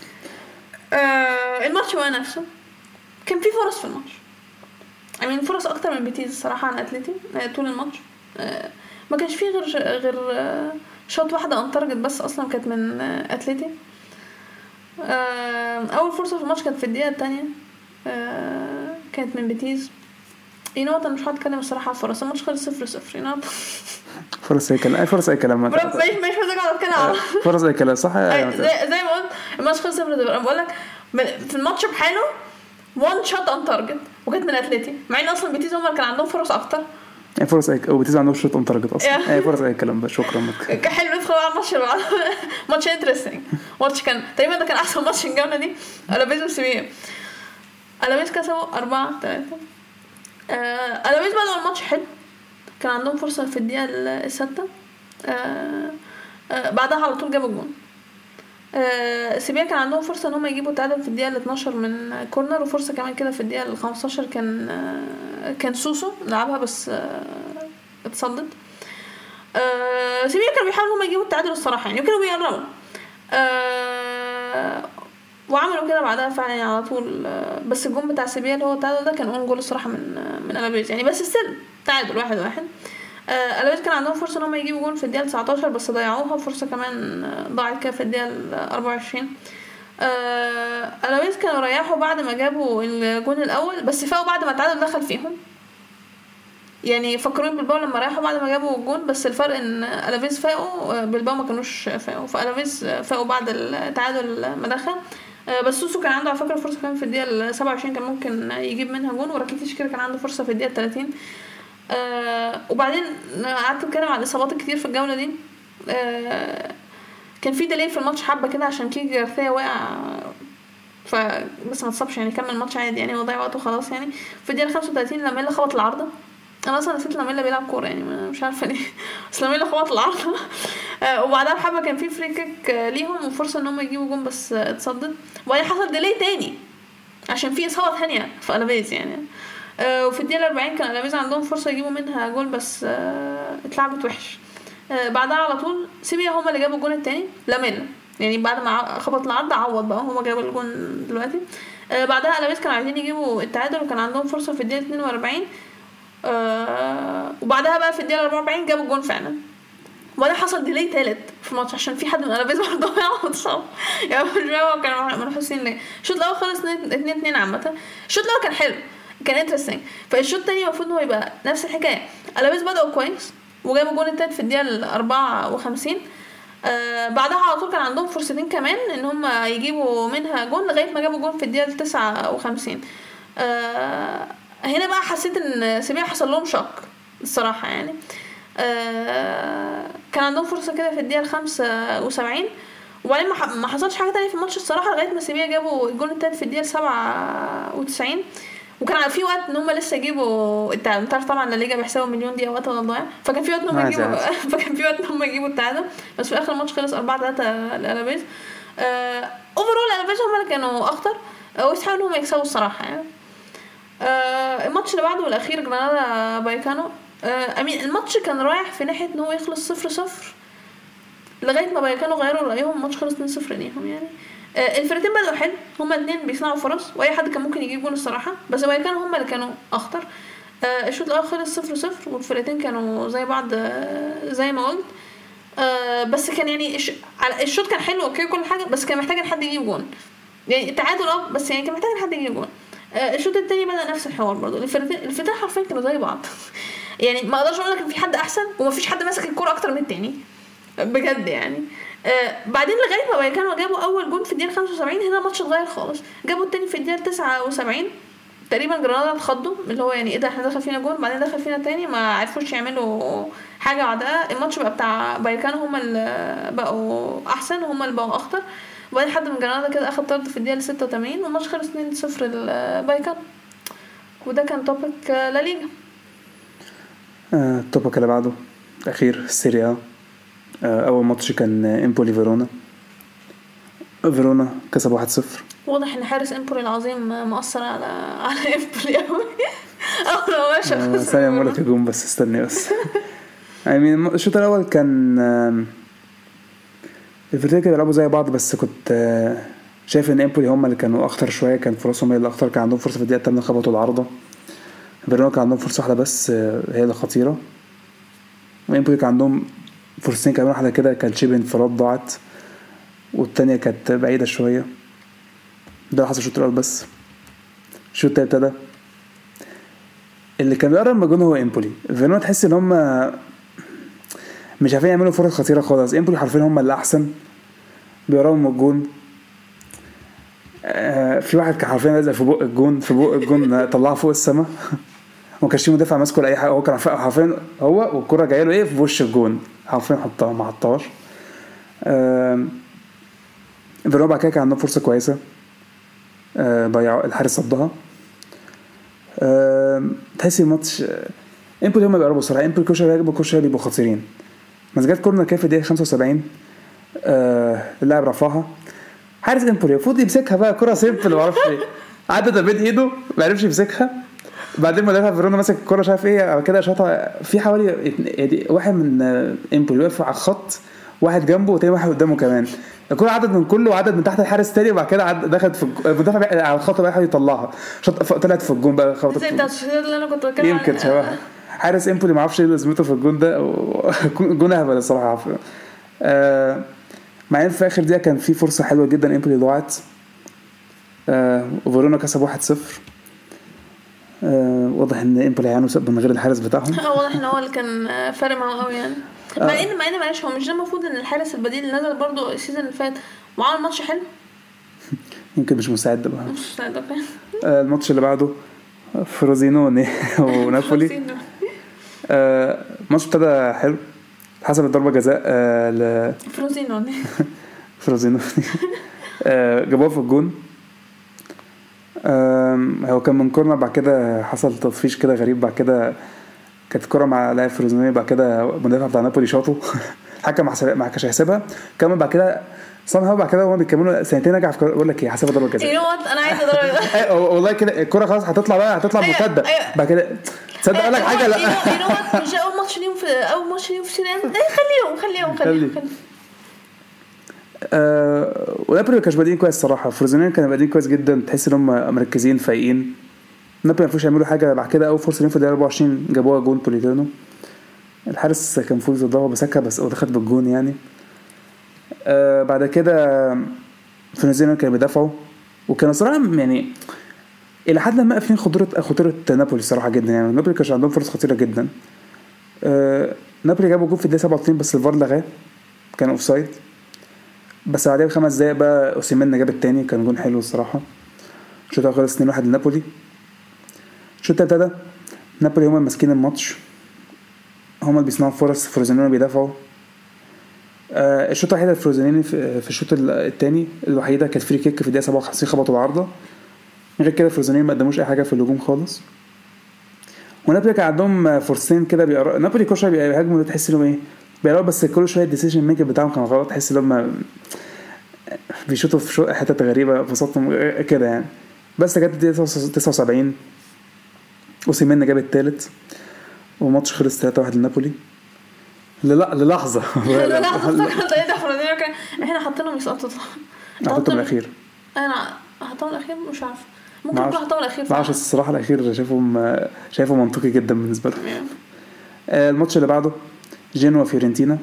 آه الماتش هو نفسه كان فيه فرص في الماتش، يعني فرص اكتر من بيتيز الصراحه عن اتلتي طول الماتش. آه ما كانش فيه غير غير آه شوط واحده انترجت بس اصلا كانت من آه اتلتي. آه اول فرصه في الماتش كانت في الدقيقه الثانيه، آه كانت من بيتيز. ينوت انا مش هتكلم الصراحه على الفرص، الماتش خلص صفر صفر. ينوت فرص اي كلام، فرص اي كلام، مش مش مش قاعد اتكلم على فرص اي كلام صح. زي, زي ما قلت الماتش خلص صفر صفر. انا بقول لك في الماتش بحاله وان شوت ان تارجت وكانت من اتلتي، مع ان اصلا بيتيز هم كان عندهم فرص اكتر. اي فرص اي او بيتيز عندهم شوت ان تارجت اصلا. اي فرص اي كلام. بس شكرا لك. حلو ندخل على الماتش اللي بعده. ماتش انترستنج. ماتش كان تقريبا ده كان احسن ماتش الجوله دي. الافيز وسيبيه الافيز كسبوا أربعة ثلاثة. الافيز بعد الماتش حلو، كان عندهم فرصه في الدقيقه السادسه، آه آه بعدها على طول جابوا الجون. آه سيبيا كان عندهم فرصه ان هم يجيبوا التعادل في الدقيقه اتناشر من كورنر، وفرصه كمان كده في الدقيقه خمستاشر كان آه كان سوسو لعبها بس آه اتصدت. آه سيبيا كانوا بيحاولوا ان هم يجيبوا التعادل الصراحه يعني، وكانوا بيقربوا. آه وعملوا كده بعدها فعلا يعني على طول. بس الجون بتاع سيبيا اللي هو التعادل ده كان اون جول الصراحه من من ألافيز يعني، بس ستيل تعادل واحد واحد. ألافيز كان عندهم فرصه ان هم يجيبوا جون في الدقيقه تسعتاشر بس ضيعوها، فرصه كمان ضاعت كده في الدقيقه أربعة وعشرين. ألافيز كانوا ريحوا بعد ما جابوا الجون الاول، بس فاقوا بعد ما التعادل دخل فيهم يعني. فكرين بالباو لما رايحوا بعد ما جابوا الجون، بس الفرق ان ألافيز فاقوا بالباو ما كانوش فاقوا، فألافيز فاقوا بعد التعادل ما دخل. بس سوسو كان عنده على فكره فرصه كمان في الدقيقه سبعة وعشرين كان ممكن يجيب منها جون، وراكيتيش كده كان عنده فرصه في الدقيقه ثلاثين. آه وبعدين قعدت اتكلم عن الاصابات الكتير في الجوله دي. آه كان في ديلي في الماتش حبه كده عشان كيك جارثيا وقع، ف بس ما اتصابش يعني، كمل الماتش عادي يعني، وضيع وقته خلاص يعني. في الدقيقه خمسة وثلاثين لاميلا خبط العارضه، انا اصلا نسيت لاميلا بيلعب كوره يعني، مش عارفه ليه بس لاميلا خبط العارضه. آه وبعدها بحبه كان في فري كيك ليهم وفرصه ان هم يجيبوا جون بس اتصدت، وبعدين حصل ديلي تاني عشان في اصابه ثانيه في ألافيز يعني. آه وفي الدقيقه أربعين كان ألافيز عندهم فرصه يجيبوا منها جول بس آه اتلعبت وحش. آه بعدها على طول سيبيا هما اللي جابوا الجون الثاني لاميلا يعني، بعد ما خبط العرض عوض بقى هما جابوا الجون دلوقتي. آه بعدها ألافيز كانوا عايزين يجيبوا التعادل وكان عندهم فرصه في الدقيقه اتنين وأربعين. آه وبعدها بقى في الدقيقه أربعة وأربعين جابوا الجون فعلا. وبعدين حصل ديلي ثالث في الماتش عشان في حد من ألافيز برضه وقع وتصاب يعني، مش فاهمه كانوا منحوسين ليه. الشوط الاول خلص اتنين اتنين عامه. الشوط الاول كان حلو كان انترستنج، فالشوط الثاني المفروض انه يبقى نفس الحكايه. ألافيز بدأوا كويس وجابوا الجون الثالث في الدقيقه أربعة وخمسين. آه بعدها على طول كان عندهم فرصتين كمان ان هم يجيبوا منها جون لغايه ما جابوا جون في الدقيقه تسعة وخمسين. آه هنا بقى حسيت ان سيبيا حصل لهم شوك الصراحه يعني. آه كان عندهم فرصه كده في الدقيقه خمسة وسبعين، وبعدين ما حصلش حاجه تانية في الماتش الصراحه لغايه ما سيبيا جابوا الجون الثالث في الدقيقه سبعة وتسعين. وكان في وقت ان هم لسه يجيبوا التعادل، انت عارف طبعا لا ليجا بيحسبوا مليون دقيقه وقت ولا ضايع، فكان في وقت ان هم يجيبوا فكان في وقت ان هم يجيبوا التعادل، بس في اخر الماتش خلص أربعة ثلاثة لألافيز. آه اوفرول ألافيز هم اللي كانوا اخطر ويستحقوا ان هم يكسبوا الصراحه يعني. آه الماتش اللي بعده والاخير جرانادا بايكانو. آه امين الماتش كان رايح في ناحيه ان هو يخلص صفر صفر لغايه ما بايكانو غيروا رايهم، الماتش خلص اتنين صفر ليهم يعني. آه الفرقتين بدأوا حلو، هما الاثنين بيصنعوا فرص واي حد كان ممكن يجيب جون الصراحه، بس بايكانو هما اللي كانوا اخطر. آه الشوط الاول خلص صفر صفر والفرقتين كانوا زي بعض آه زي ما قلت. آه بس كان يعني الشوط كان حلو اوكي كل حاجه، بس كان محتاج حد يجيب جون يعني، تعادل اه بس يعني كان محتاج حد يجيب جون. آه الشوط الثاني بدأ نفس الحوار برضو، الفرقتين الفرقتين حرفيا كانوا زي بعض يعني، ما اقدرش اقول لك ان في حد احسن ومفيش حد ماسك الكوره اكتر من التاني بجد يعني. آه بعدين لغايه ما بايكانو جابوا اول جون في الدقيقه خمسة وسبعين هنا الماتش اتغير خالص، جابوا الثاني في الدقيقه تسعة وسبعين تقريبا. جرانادا اتخضوا اللي هو يعني ايه ده احنا دخل فينا جون بعدين دخل فينا تاني، ما عرفوش يعملوا حاجه بعدها. الماتش بقى بتاع بايكانو هم اللي بقوا احسن وهم اللي بقوا اخطر، وبعدين حد من جرانادا كده اخد طرد في الدقيقه ستة وثمانين والماتش خلص اتنين صفر لبايكانو. وده كان توبيك لا ليجا. آه التوبيك اللي بعده اخير سيريا. آه اول ماتش كان امبولي فيرونا. فيرونا كسب واحد صفر. واضح ان حارس امبولي العظيم مؤثر على على امبولي قوي اول ما ماشي آه ثانيه مره هجوم بس استني بس يعني الشوط الاول كان آه الفريقين كانوا بيلعبوا زي بعض، بس كنت آه شايف ان امبولي هم اللي كانوا اخطر شويه، كان فرصهم هي اللي اخطر، كان عندهم فرصه في الدقيقه الثامنة خبطوا العارضه. فيرونا كان عندهم فرصه واحده بس آه هي اللي خطيره، وامبولي كان عندهم فرصتين كمان، واحده كده كان شبه انفراد ضاعت والتانية كانت بعيدة شوية. ده حصل الشوط الأول بس. الشوط التاني ابتدى اللي كان بيقرب من الجون هو امبولي. فيرونا تحس ان هم مش عارفين يعملوا فرص خطيرة خالص، امبولي حرفيا هم اللي احسن بيقربوا من الجون. آه في واحد كان حرفيا لازق في بق الجون في بق الجون طلعه فوق السما وما كانش فيه مدافع ماسكه لاي حاجه، هو كان حرفيا هو والكرة جايه له ايه في وش الجون حرفيا حطها ما حطهاش. آه فيرونا بعد كده كان عندهم فرصة كويسة آه ضيعوا الحارس صدها. آه تحسي الماتش آه امبولي هم بيقربوا صراحة، امبولي كوشا بيجيبوا كوشا بيبقوا خطيرين. مسجات كورنر كيف في الدقيقة خمسة وسبعين آه اللاعب رفعها، حارس امبولي المفروض يمسكها بقى كرة سيمبل ما اعرفش ايه، عدت بين ايده ما عرفش يمسكها. بعدين مدافع فيرونا مسك الكرة شايف ايه كده شاطها في حوالي واحد من امبولي واقف على الخط واحد جنبه وتاني واحد قدامه كمان، كل عدد من كله وعدد من تحت الحارس تاني، وبعد كده عد- دخلت في الج- المدافع على الخط بقى يحاول يطلعها، شط ف- طلعت في الجون بقى خبطت زي في- بتاع الشخصيات اللي انا كنت بتكلم يمكن شبه حارس امبولي، ما اعرفش ايه لازمته في الجون ده و- جون اهبل الصراحه. آه مع ان في اخر دقيقه كان في فرصه حلوه جدا امبولي ضاعت، آه وفيرونا كسب واحد صفر. آه واضح ان امبولي هيعانوا من غير الحارس بتاعهم. اه واضح ان هو اللي كان فارق معاه قوي يعني. مع ان مع ان معلش هو مش ده المفروض ان الحارس البديل اللي نزل برضو السيزون اللي فات وعمل ماتش حلو؟ يمكن مش مساعد بقى. مش سعيدة فاهم. آه الماتش اللي بعده فروزينوني ونابولي. آه الماتش ابتدى حلو، حسب الضربه جزاء آه ل فروزينوني فروزينوني. آه جابوها في الجون. آم، هو كان من كورنر، بعد كده حصل تطفيش كده غريب، بعد كده كانت كرة مع لاعب فروزينوني، بعد كده المدافع بتاع نابولي شاطه. الحكم ما حسب- ما كانش هيحسبها، كمل بعد كده صنها، بعد كده هما بيكملوا سنتين رجع في بقول لك ايه حسبها ضربه جزاء. you know what انا عايزه اضرب أي- والله كده الكرة خلاص هتطلع بقى، هتطلع أيوة، مرتده أيوة. بعد كده تصدق اقول لك حاجه لا. you know what مش اول ماتش ليهم في اول ماتش ليهم في سيريان، ايه خليهم خليهم خليهم خلي. آه ونابولي ما كانش بادئين كويس الصراحه، فروزينوني كانوا بادئين كويس جدا، تحس ان هم مركزين فايقين. نابولي ما فيش يعملوا حاجه، بعد كده اول فرصه ليهم في الدقيقه أربعة وعشرين جابوها جون بوليتانو، الحارس كان فوز ضربه بسكه بس ودخلت بالجون يعني. آه بعد كده فروزينوني كانوا بيدافعوا، وكانوا صراحه يعني الى حد ما قافلين خطوره خطوره نابولي الصراحه جدا يعني. نابولي كانش عندهم فرص خطيره جدا. آه نابولي جابوا جون في الدقيقه سبعة وثلاثين بس الفار لغاه، كان اوفسايد. بس بعدها بخمس دقايق بقى اوسيمين جاب التاني، كان جون حلو الصراحه. الشوط الاول خلص اتنين واحد لنابولي. الشوط التاني ابتدى نابولي هما ماسكين الماتش، هما اللي بيصنعوا فرص، فروزينوني بيدافعوا. آه الشوط الوحيد الفروزينوني في, في الشوط الثاني الوحيده كانت فري كيك في الدقيقه سبعة وخمسين، خبطوا العارضه، غير كده فروزينوني ما قدموش اي حاجه في الهجوم خالص. ونابولي كان عندهم فرصتين كده بيقرا نابولي كل شويه بيهاجموا، تحس انهم ايه بيقراوا، بس كل شويه الديسيجن ميكر بتاعهم كان غلط، تحس ان هم بيشوطوا في حتت غريبه في صوتهم كده يعني. بس كانت تسعة وسبعين اوسيمين جاب الثالث، وماتش خلص ثلاثة واحد لنابولي. لا للحظه لا لا افتكرت ايه ده فروزينوني كان احنا حاطينهم يسقطوا حطيتهم الاخير، انا حطيتهم الاخير مش عارف ممكن نكون حطيتهم الاخير ما اعرفش الصراحه الاخير شايفهم شايفه منطقي جدا بالنسبه لهم. الماتش اللي بعده جنوا فيورنتينا.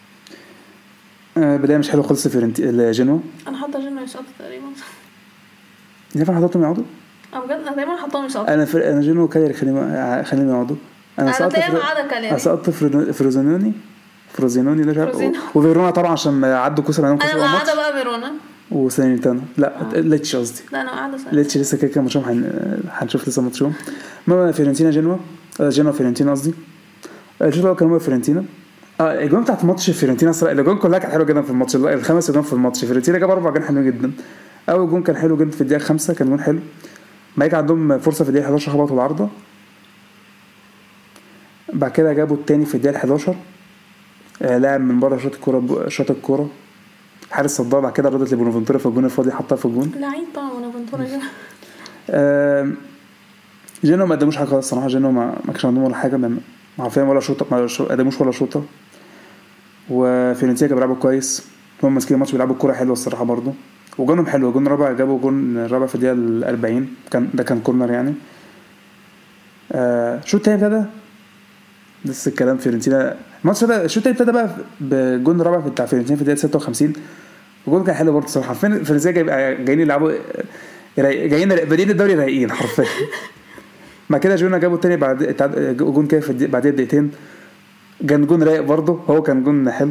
بدايه مش حلو خلص فيورنتينا جنوا. انا حاطه جنوا يسقطوا تقريبا. ينفع حطيتهم يقعدوا؟ اه بجد انا دايما حطيتهم يسقطوا. انا في... انا جنوا كاير خليهم خليهم يقعدوا. انا سقطت فر... انا سقطت فروزينوني فروزينوني ده شاب وفيرونا طبعا عشان عدوا كوسه لانهم كسبوا الماتش. انا قاعده بقى فيرونا وسانيتانا لا ليتش قصدي لا انا قاعده ليتش لسه كده كده ماتشهم هن... هنشوف لسه ماتشهم. ما فيورنتينا جنوا جنوا فيورنتينا قصدي. الشوط الاول كانوا فيورنتينا. اه الجون بتاعت ماتش فيورنتينا صراحه الجون كلها كانت حلوه جدا في الماتش، الخمس جون في الماتش فيورنتينا جاب اربع جون حلوين جدا. اول جون كان حلو جدا في الدقيقه خمسة، كان جون حلو. ما كان عندهم فرصه في الدقيقه حداشر خبطوا العارضه، بعد كده جابوا الثاني في الدقيقه حداشر. آه لاعب من بره شاط الكوره شاط الكوره حارس صدها، بعد كده ردت لبونافنتورا في الجون الفاضي حطها في الجون. لعيب طبعا بونافنتورا كده. آه جنوا ما قدموش حاجه الصراحه، جنوا ما ما كانش عندهم ولا حاجه، ما عارفين ولا شوطه، ما قدموش ولا شوطه. وفيورنتينا كانوا بيلعبوا كويس، هم ماسكين الماتش بيلعبوا الكوره حلوه الصراحه برضو، وجونهم حلو. جون رابع جابوا جون رابع في الدقيقه الأربعين، كان ده كان كورنر يعني. آه شو التاني ابتدى بس الكلام فيورنتينا الماتش ده شو التاني ابتدى بقى بجون رابع بتاع فيورنتينا في الدقيقه ستة وخمسين، وجون كان حلو برضه الصراحه. فين فيورنتينا جايين يلعبوا جايين بادئين الدوري رايقين حرفيا. ما كده جونا جابوا التاني بعد جون كده في بعد دقيقتين، كان جون رايق برضه، هو كان جون حلو.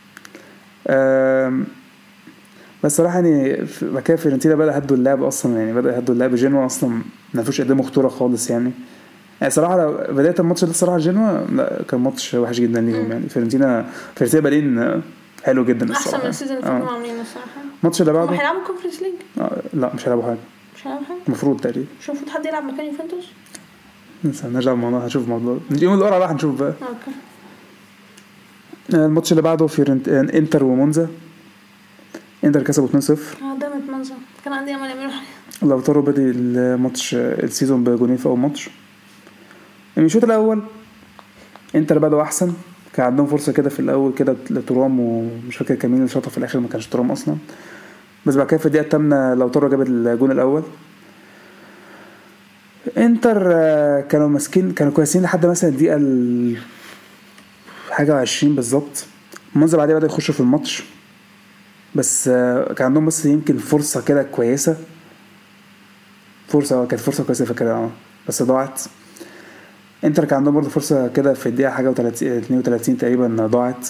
بس صراحه يعني مكان فيورنتينا بدا هدوا اللعب اصلا، يعني بدا هدوا اللعب. جنوا اصلا ما فيش قدامه خطوره خالص يعني. يعني صراحه لو بدايه الماتش ده الصراحه جنوا لا كان ماتش وحش جدا ليهم يعني. فيورنتينا فيورنتينا بادئين حلو جدا الصراحه، احسن من السيزون اللي فاتوا عاملينه الصراحه. الماتش اللي بعده هيلعبوا كونفرنس ليج؟ آه لا مش هيلعبوا حاجه، مش هيلعبوا حاجه المفروض تقريبا. مش المفروض حد يلعب مكان يوفنتوس؟ لسه نرجع الموضوع هنشوف الموضوع يوم القرعه بقى هنشوف بقى. اوكي. الماتش اللي بعده فيورنت انتر ومونزا. انتر كسبوا اتنين صفر. اه ده متمنظر، كان عندي امل يعملوا حاجه. لو طاروا بدي الماتش السيزون بجونين في اول ماتش. يعني الشوط الاول انتر بدأوا احسن، كان عندهم فرصه كده في الاول كده لترام، ومش فاكر كان مين اللي شاطها في الاخر، ما كانش ترام اصلا. بس بعد كده في الدقيقه الثامنه لو ترى جاب الجون الاول. انتر آه، كانوا ماسكين كانوا كويسين لحد مثلا الدقيقه ال- حاجه وعشرين بالظبط. منذ بعدها بدأ يخشوا في الماتش، بس آه، كان عندهم بس يمكن فرصه كده كويسه، فرصه كانت فرصه كويسه فاكرها اه بس ضاعت. انتر كان عندهم برضه فرصه كده في الدقيقه حاجه و30 اتنين وتلاتين تقريبا ضاعت.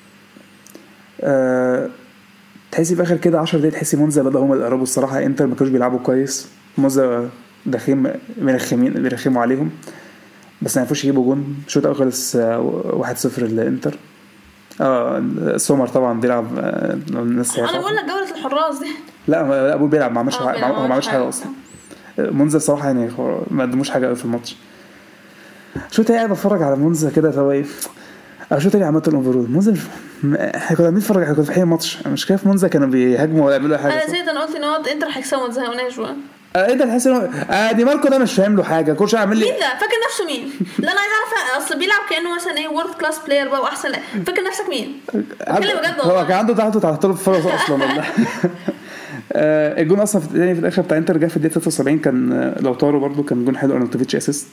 أه تحسي في اخر كده عشر دقايق تحسي مونزا بدأ هم اللي قربوا الصراحه. انتر ما كانوش بيلعبوا كويس، مونزا داخلين مرخمين بيرخموا عليهم، بس ما عرفوش يجيبوا جون. الشوط الاول خلص آه، واحد صفر للانتر. اه سومر طبعا بيلعب آه، الناس انا هيعرفوا. بقول لك جوله الحراس دي. لا ما- ابو بيلعب ما عملش اه حاجه، بيلعب، هو ما عملش حاجه اصلا. مونزا الصراحه يعني خ- ما قدموش حاجه قوي في الماتش. شو تاني قاعد بتفرج على مونزا كده اللي هو ايه، او شو تاني عملت الاوفرول مونزا. م- احنا كنا بنتفرج، احنا كنا في حي ماتش، أنا مش كيف مونزا كانوا بيهاجموا ولا يعملوا حاجه. انا زيت، انا قلت ان هو انتر هيكسبوا، ما تزهقوناش بقى. آه، ايه ده تحس انه آه دي ماركو ده مش فاهم له حاجه، كل شويه عامل لي مين ده؟ فاكر نفسه مين؟ لا انا عايز اعرف، اصل بيلعب كانه مثلا ايه وورد كلاس بلاير بقى واحسن. فاكر نفسك مين؟ بتكلم بجد هو والله. كان عنده تحته تحت له فرص اصلا والله. آه، الجون اصلا في الثاني في الاخر بتاع انتر جه في الدقيقه تلاتة وسبعين، كان آه، لو طاروا برده كان جون حلو، ارنوتوفيتش اسيست.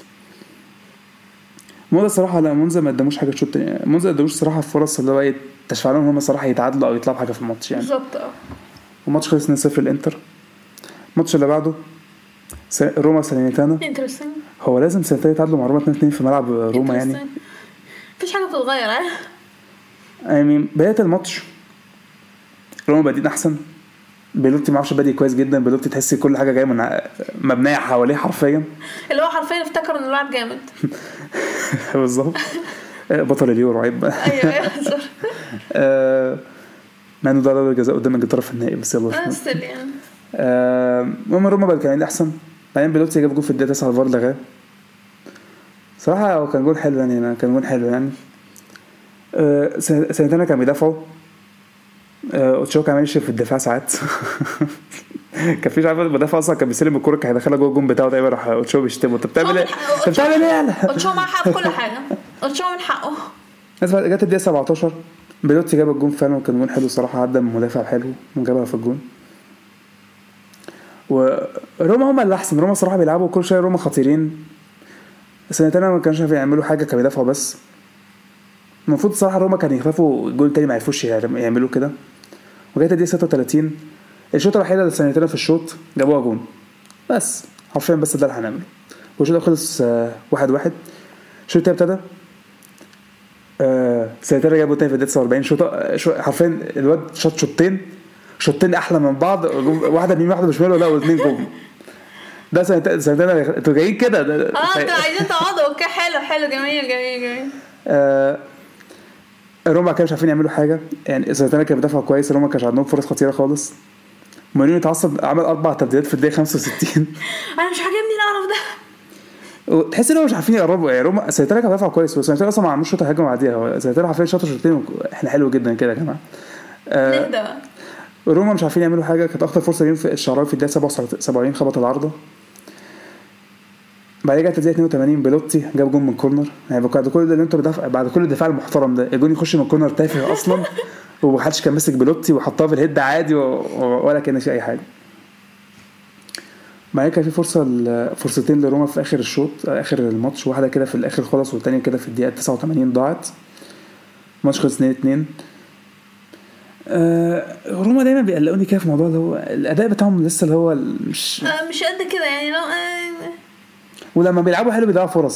مونزا الصراحه لا، مونزا ما قدموش حاجه شوط تاني. مونزا ما قدموش الصراحه فرص اللي هو ايه تشفع لهم هم صراحه يتعادلوا او يطلعوا حاجه في الماتش يعني. بالظبط اه. والماتش خلص اتنين صفر الانتر. الماتش اللي بعده س- روما سالينيتانا. انترستنج. هو لازم سالينيتانا يتعادلوا مع روما اتنين اتنين في ملعب روما يعني. مفيش حاجه بتتغير اه. يعني بدايه الماتش روما بادئين احسن. بيلوتي ما اعرفش بادئ كويس جدا. بيلوتي تحسي كل حاجه جايه من ع- مبنيه حواليه حرفيا. اللي هو حرفيا افتكر انه لاعب جامد. بالظبط. بطل اليورو عيب بقى. ايوه ايوه صح. آه، مع انه ده ضربه جزاء قدام انجلترا في النهائي، بس يلا اه شوف. ستيل يعني. آه، المهم روما بقى كان احسن. بعدين بيلوتي جاب جول في الدقيقه تسعة، الفار لغاه. صراحه هو كان جول حلو يعني، كان جول حلو يعني. آه، سنتنا كان بيدافعوا. آه، اوتشو كان ماشي في الدفاع ساعات. كان في عارف المدافع اصلا كان بيستلم الكوره كان هيدخلها جوه الجون بتاعه تقريبا، راح اوتشو بيشتمه انت بتعمل ايه؟ انت بتعمل ايه يالا؟ اوتشو معاه حق في كل حاجه. اوتشو من حقه. بس بعد جت الدقيقه سبعتاشر بيلوتي جاب الجون فعلا، وكان جون حلو صراحه، عدى من مدافع حلو وجابها في الجون. وروما هم اللي احسن. روما صراحه بيلعبوا كل شويه، روما خطيرين. سنتين ما كانش عارفين يعملوا حاجه، كانوا بيدافعوا بس. المفروض صراحه روما كانوا يخافوا الجول تاني، ما عرفوش يعملوا كده. وجت الدقيقه ستة وتلاتين الشوط الوحيد اللي سنتين في الشوط جابوها جون بس حرفيا، بس ده اللي هنعمله. والشوط خلص آه، واحد واحد. الشوط التاني ابتدى آه، سنتين جابوا تاني في الدقيقه تسعة واربعين. شوط آه، شو- حرفيا الواد شاط شوطين شوطين احلى من بعض، جم- واحده بيمين واحده بشمال، ولا واثنين جم. ده سنتين سنتين انتوا جايين كده ده- اه انتوا عايزين تقعدوا. اوكي حلو حلو جميل جميل جميل. آه، روما كانوا مش عارفين يعملوا حاجه يعني. سنتين كانوا بيدافعوا كويس، روما كانش عندهم فرص خطيره خالص. مورينيو اتعصب، عمل اربع تبديلات في الدقيقه خمسة وستين. انا مش عاجبني القرف ده. تحس ان هم مش عارفين يقربوا يعني. روما سنتين كانوا بيدافعوا كويس، بس سنتين اصلا ما عملوش شوط هجمه بعديها. سنتين حرفيا شاطوا شوطين، احنا حلو جدا كده يا جماعه. آه، نهدى بقى. روما مش عارفين يعملوا حاجه. كانت اخطر فرصه ليهم في الشعراوي في الدقيقه سبعة وسبعين، خبط العارضه. بعد كده الدقيقه اتنين وتمانين بيلوتي جاب جون من كورنر يعني. بعد كل ده اللي انتوا بدافع، بعد كل الدفاع المحترم ده الجون يخش من كورنر تافه اصلا. ومحدش كان ماسك بيلوتي وحطها في الهيد عادي و... و- ولا كان في اي حاجه. بعد كده في فرصه ل- فرصتين لروما في اخر الشوط، اخر الماتش. واحده كده في الاخر خالص، والتانيه كده في الدقيقه تسعة وتمانين ضاعت. الماتش خلص اتنين اتنين. آه، روما دايما بيقلقوني كده في الموضوع اللي هو الاداء بتاعهم لسه اللي هو مش، آه مش قد كده يعني. لو آه ولما بيلعبوا حلو بيضيعوا فرص.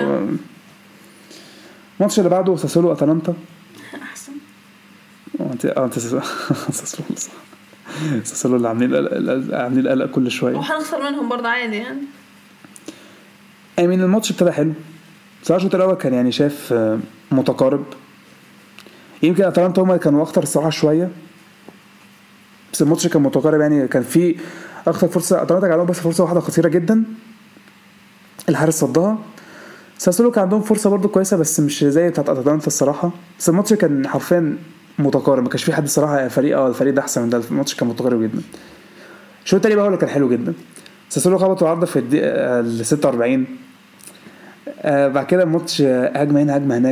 الماتش اللي بعده ساسولو اتلانتا. احسن. اه انت اه انت ساسولو صح. ساسولو اللي عاملين القلق- عاملين القلق كل شويه. وهنخسر منهم برضه عادي يعني. I mean الماتش ابتدى حلو صراحه. الشوط الاول كان يعني شايف آه، متقارب. يمكن اتلانتا هم كانوا اخطر الصراحه شويه، بس الماتش كان متقارب يعني. كان في اخطر فرصه اتلانتا عندهم، بس فرصه واحده خطيره جدا الحارس صدها. ساسولو كان عندهم فرصه برضو كويسه، بس مش زي بتاعت اتلانتا الصراحه. بس الماتش كان حرفيا متقارب، ما كانش في حد الصراحه فريق اه الفريق ده احسن من ده. الماتش كان متقارب جدا. الشوط التاني بقى هو اللي كان حلو جدا. ساسولو خبطوا عرضه في الدقيقه ال ستة واربعين. آه بعد كده الماتش آه، هجمه هنا هجمه هناك.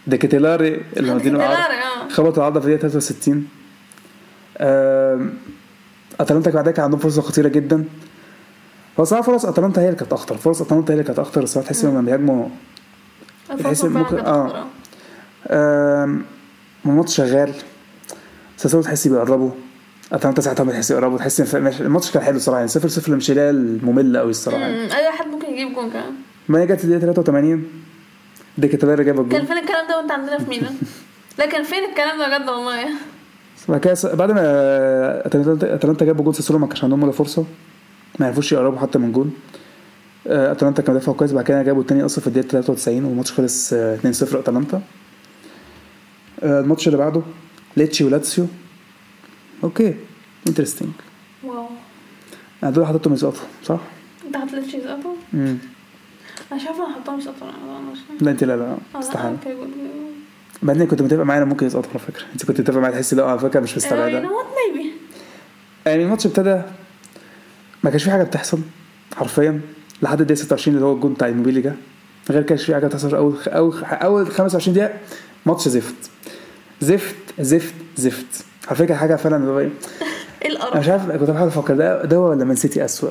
ده كتيلاري اللي مدينه كتيلاري، اه. خبط العرضه في الدقيقه ثلاثة وستين. آم، اتلانتا بعدها كان عندهم فرصه خطيره جدا. هو صراحه فرص اتلانتا هي اللي كانت اخطر، فرص اتلانتا هي اللي كانت اخطر الصراحه. تحس انهم بيهاجموا الفرصة ممكن- فعلا كانت آه. خطرة. آم، الماتش شغال، ساسولو تحس بيقربوا، اتلانتا ساعتها بتحس يقربوا، تحس إن ماشي- الماتش كان حلو الصراحه يعني. صفر صفر مش اللي هي الممله قوي الصراحه يعني. امم اي حد ممكن يجيب جون كمان. ما هي جت الدقيقه ثلاثة وثمانين دي كتيلاري جاب كان الجول. فين الكلام ده وانت عندنا في ميلان؟ لا كان فين الكلام ده بجد والله. بعد كده س- بعد ما اتلانتا أتلانتا جابوا جول ساسولو ما كانش عندهم ولا فرصه، ما عرفوش يقربوا حتى من جول. آه، اتلانتا كان دافع كويس. بعد كده جابوا التاني اصلا في الدقيقه ثلاثة وتسعين والماتش خلص آه، اتنين صفر اتلانتا. آه، الماتش اللي بعده ليتشي ولاتسيو. اوكي انترستينج. واو. انا دول حطيتهم يسقطوا صح؟ انت هتلتش يسقطوا؟ امم انا شايفه انا حطهم يسقطوا. لا انت لا لا استحاله. بعدين كنت متفق معايا ممكن يسقطوا على فكره. انت كنت متفق معايا تحسي لا على فكره مش مستبعده. يعني وات ميبي. يعني الماتش ابتدى ما كانش في حاجه بتحصل حرفيا لحد الدقيقه ستة وعشرين اللي هو الجون بتاع الموبيلي ده. غير كانش في حاجه بتحصل. اول اول اول خمسة وعشرين دقيقه ماتش زفت زفت زفت زفت على فكره. حاجه فعلا اللي هو ايه، ايه انا القرف؟ مش عارف كنت بحاول افكر ده ده ولا مان سيتي اسوء.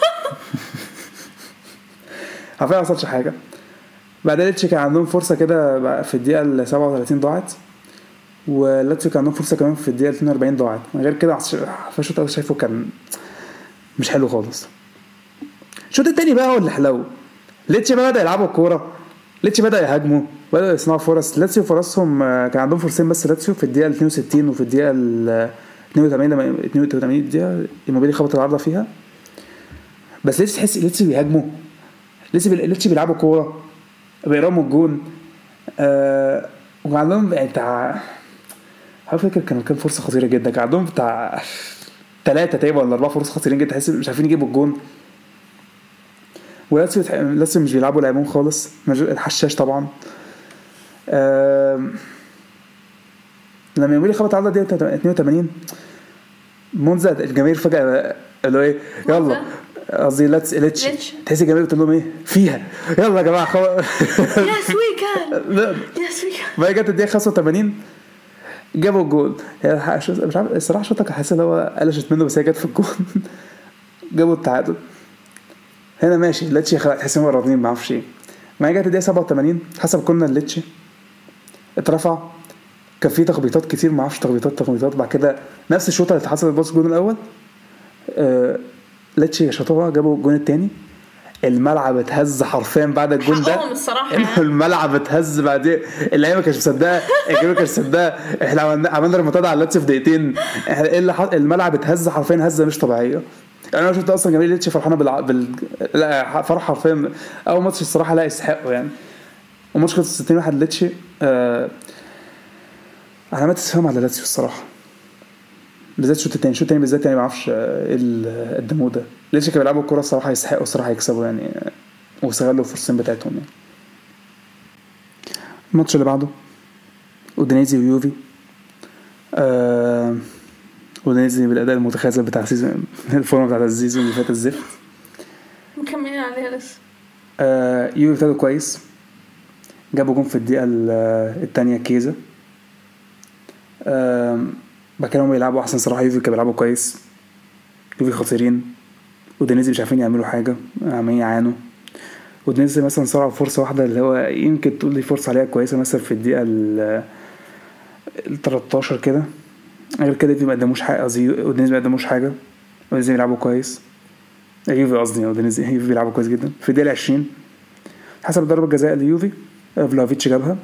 حرفيا ما حصلش حاجه. بعدين ليتشي كان عندهم فرصه كده بقى في الدقيقه ال سبعة وثلاثين ضاعت، ولاتسيو كان عندهم فرصه كمان في الدقيقه اثنين وأربعين ضاعت. من غير كده فالشوط الاول شايفه كان مش حلو خالص. الشوط التاني بقى هو اللي حلو. ليتشي بقى بدا يلعبوا الكوره، ليتشي بدا يهاجموا، بدأوا يصنعوا فرص. لاتسيو فرصهم آه، كان عندهم فرصتين بس. لاتسيو في الدقيقه اثنين وستين وفي الدقيقه اثنين وثمانين لما اثنين وثمانين دقيقه الموبيلي خبط العارضه فيها. بس ليتشي تحس ليتشي بيهاجموا، ليتشي بي... ليتشي بيلعبوا كوره بيرموا الجون. آه وكان عندهم يعني بتاع هل فاكر كان كان فرصه خطيره جدا. كان عندهم بتاع ثلاثه تقريبا ولا اربعه فرص خطيرين جدا تحس مش عارفين يجيبوا الجون. ولاتسيو لاتسيو مش بيلعبوا لعبهم خالص. الحشاش طبعا. آه لما يميلي خبط على دي اثنين وثمانين منذ الجماهير فجاه اللي هو ايه يلا قصدي لاتس ليتش تحس الجماهير بتقول لهم ايه فيها يلا يا جماعه خلاص. يس وي كان يس وي كان. ما جت الدقيقه خمسة وثمانين جابوا الجول. مش عارف الصراحه شوطه حاسس ان هو قلشت منه بس هي جت في الجول. جابوا التعادل. هنا ماشي ليتشي خلاص تحس ان هو راضيين ما اعرفش ايه. ما جت الدقيقه سبعة وثمانين حسب كنا ليتشي اترفع. كان في تخبيطات كتير ما اعرفش تخبيطات تخبيطات بعد كده نفس الشوطه اللي حصلت بص الجون الاول. آه ليتشي شاطوها جابوا الجون الثاني. الملعب اتهز حرفيا بعد الجون ده. الملعب اتهز بعدين. اللعيبه كانت مصدقه الجمهور كانت مصدقه احنا عملنا عملنا ريمونتادا على لاتسيو في دقيقتين. ايه اللي حصل الملعب اتهز حرفيا هزه مش طبيعيه. انا شفت اصلا جماهير ليتشي فرحانه بال... بال... لا فرحه حرفيا اول ماتش الصراحه لا يستحقوا يعني. وماتش خلص ستين واحد ليتشي. آه... علامات استفهام على لاتسيو الصراحه بالذات الشوط الثاني. الشوط الثاني بالذات يعني ما اعرفش ايه الدمو ده. ليتشي كانوا بيلعبوا الكوره الصراحه يستحقوا الصراحه يكسبوا يعني واستغلوا الفرصتين بتاعتهم يعني. الماتش اللي بعده اودينيزي ويوفي. آه... اودينيزي بالاداء المتخاذل بتاع سيزون الفورمه بتاعت السيزون اللي فات الزفت مكملين عليها لسه. آه... يوفي ابتدوا كويس جابوا جون في الدقيقه الثانيه كيزا. آه... بعد كده هم يلعبوا احسن صراحه. يوفي كانوا بيلعبوا كويس. يوفي خطيرين. اودينيزي مش عارفين يعملوا حاجه عمالين يعانوا. اودينيزي مثلا صار فرصه واحده اللي هو يمكن تقول لي فرصه عليها كويسه مثلا في الدقيقه ال تلتاشر كده. غير كده يوفي ما قدموش حاجه. قصدي اودينيزي ما قدموش حاجه. اودينيزي بيلعبوا كويس. يوفي قصدي اودينيزي يوفي بيلعبوا كويس جدا. في الدقيقه عشرين حسب ضربه جزاء ليوفي فلافيتش جابها.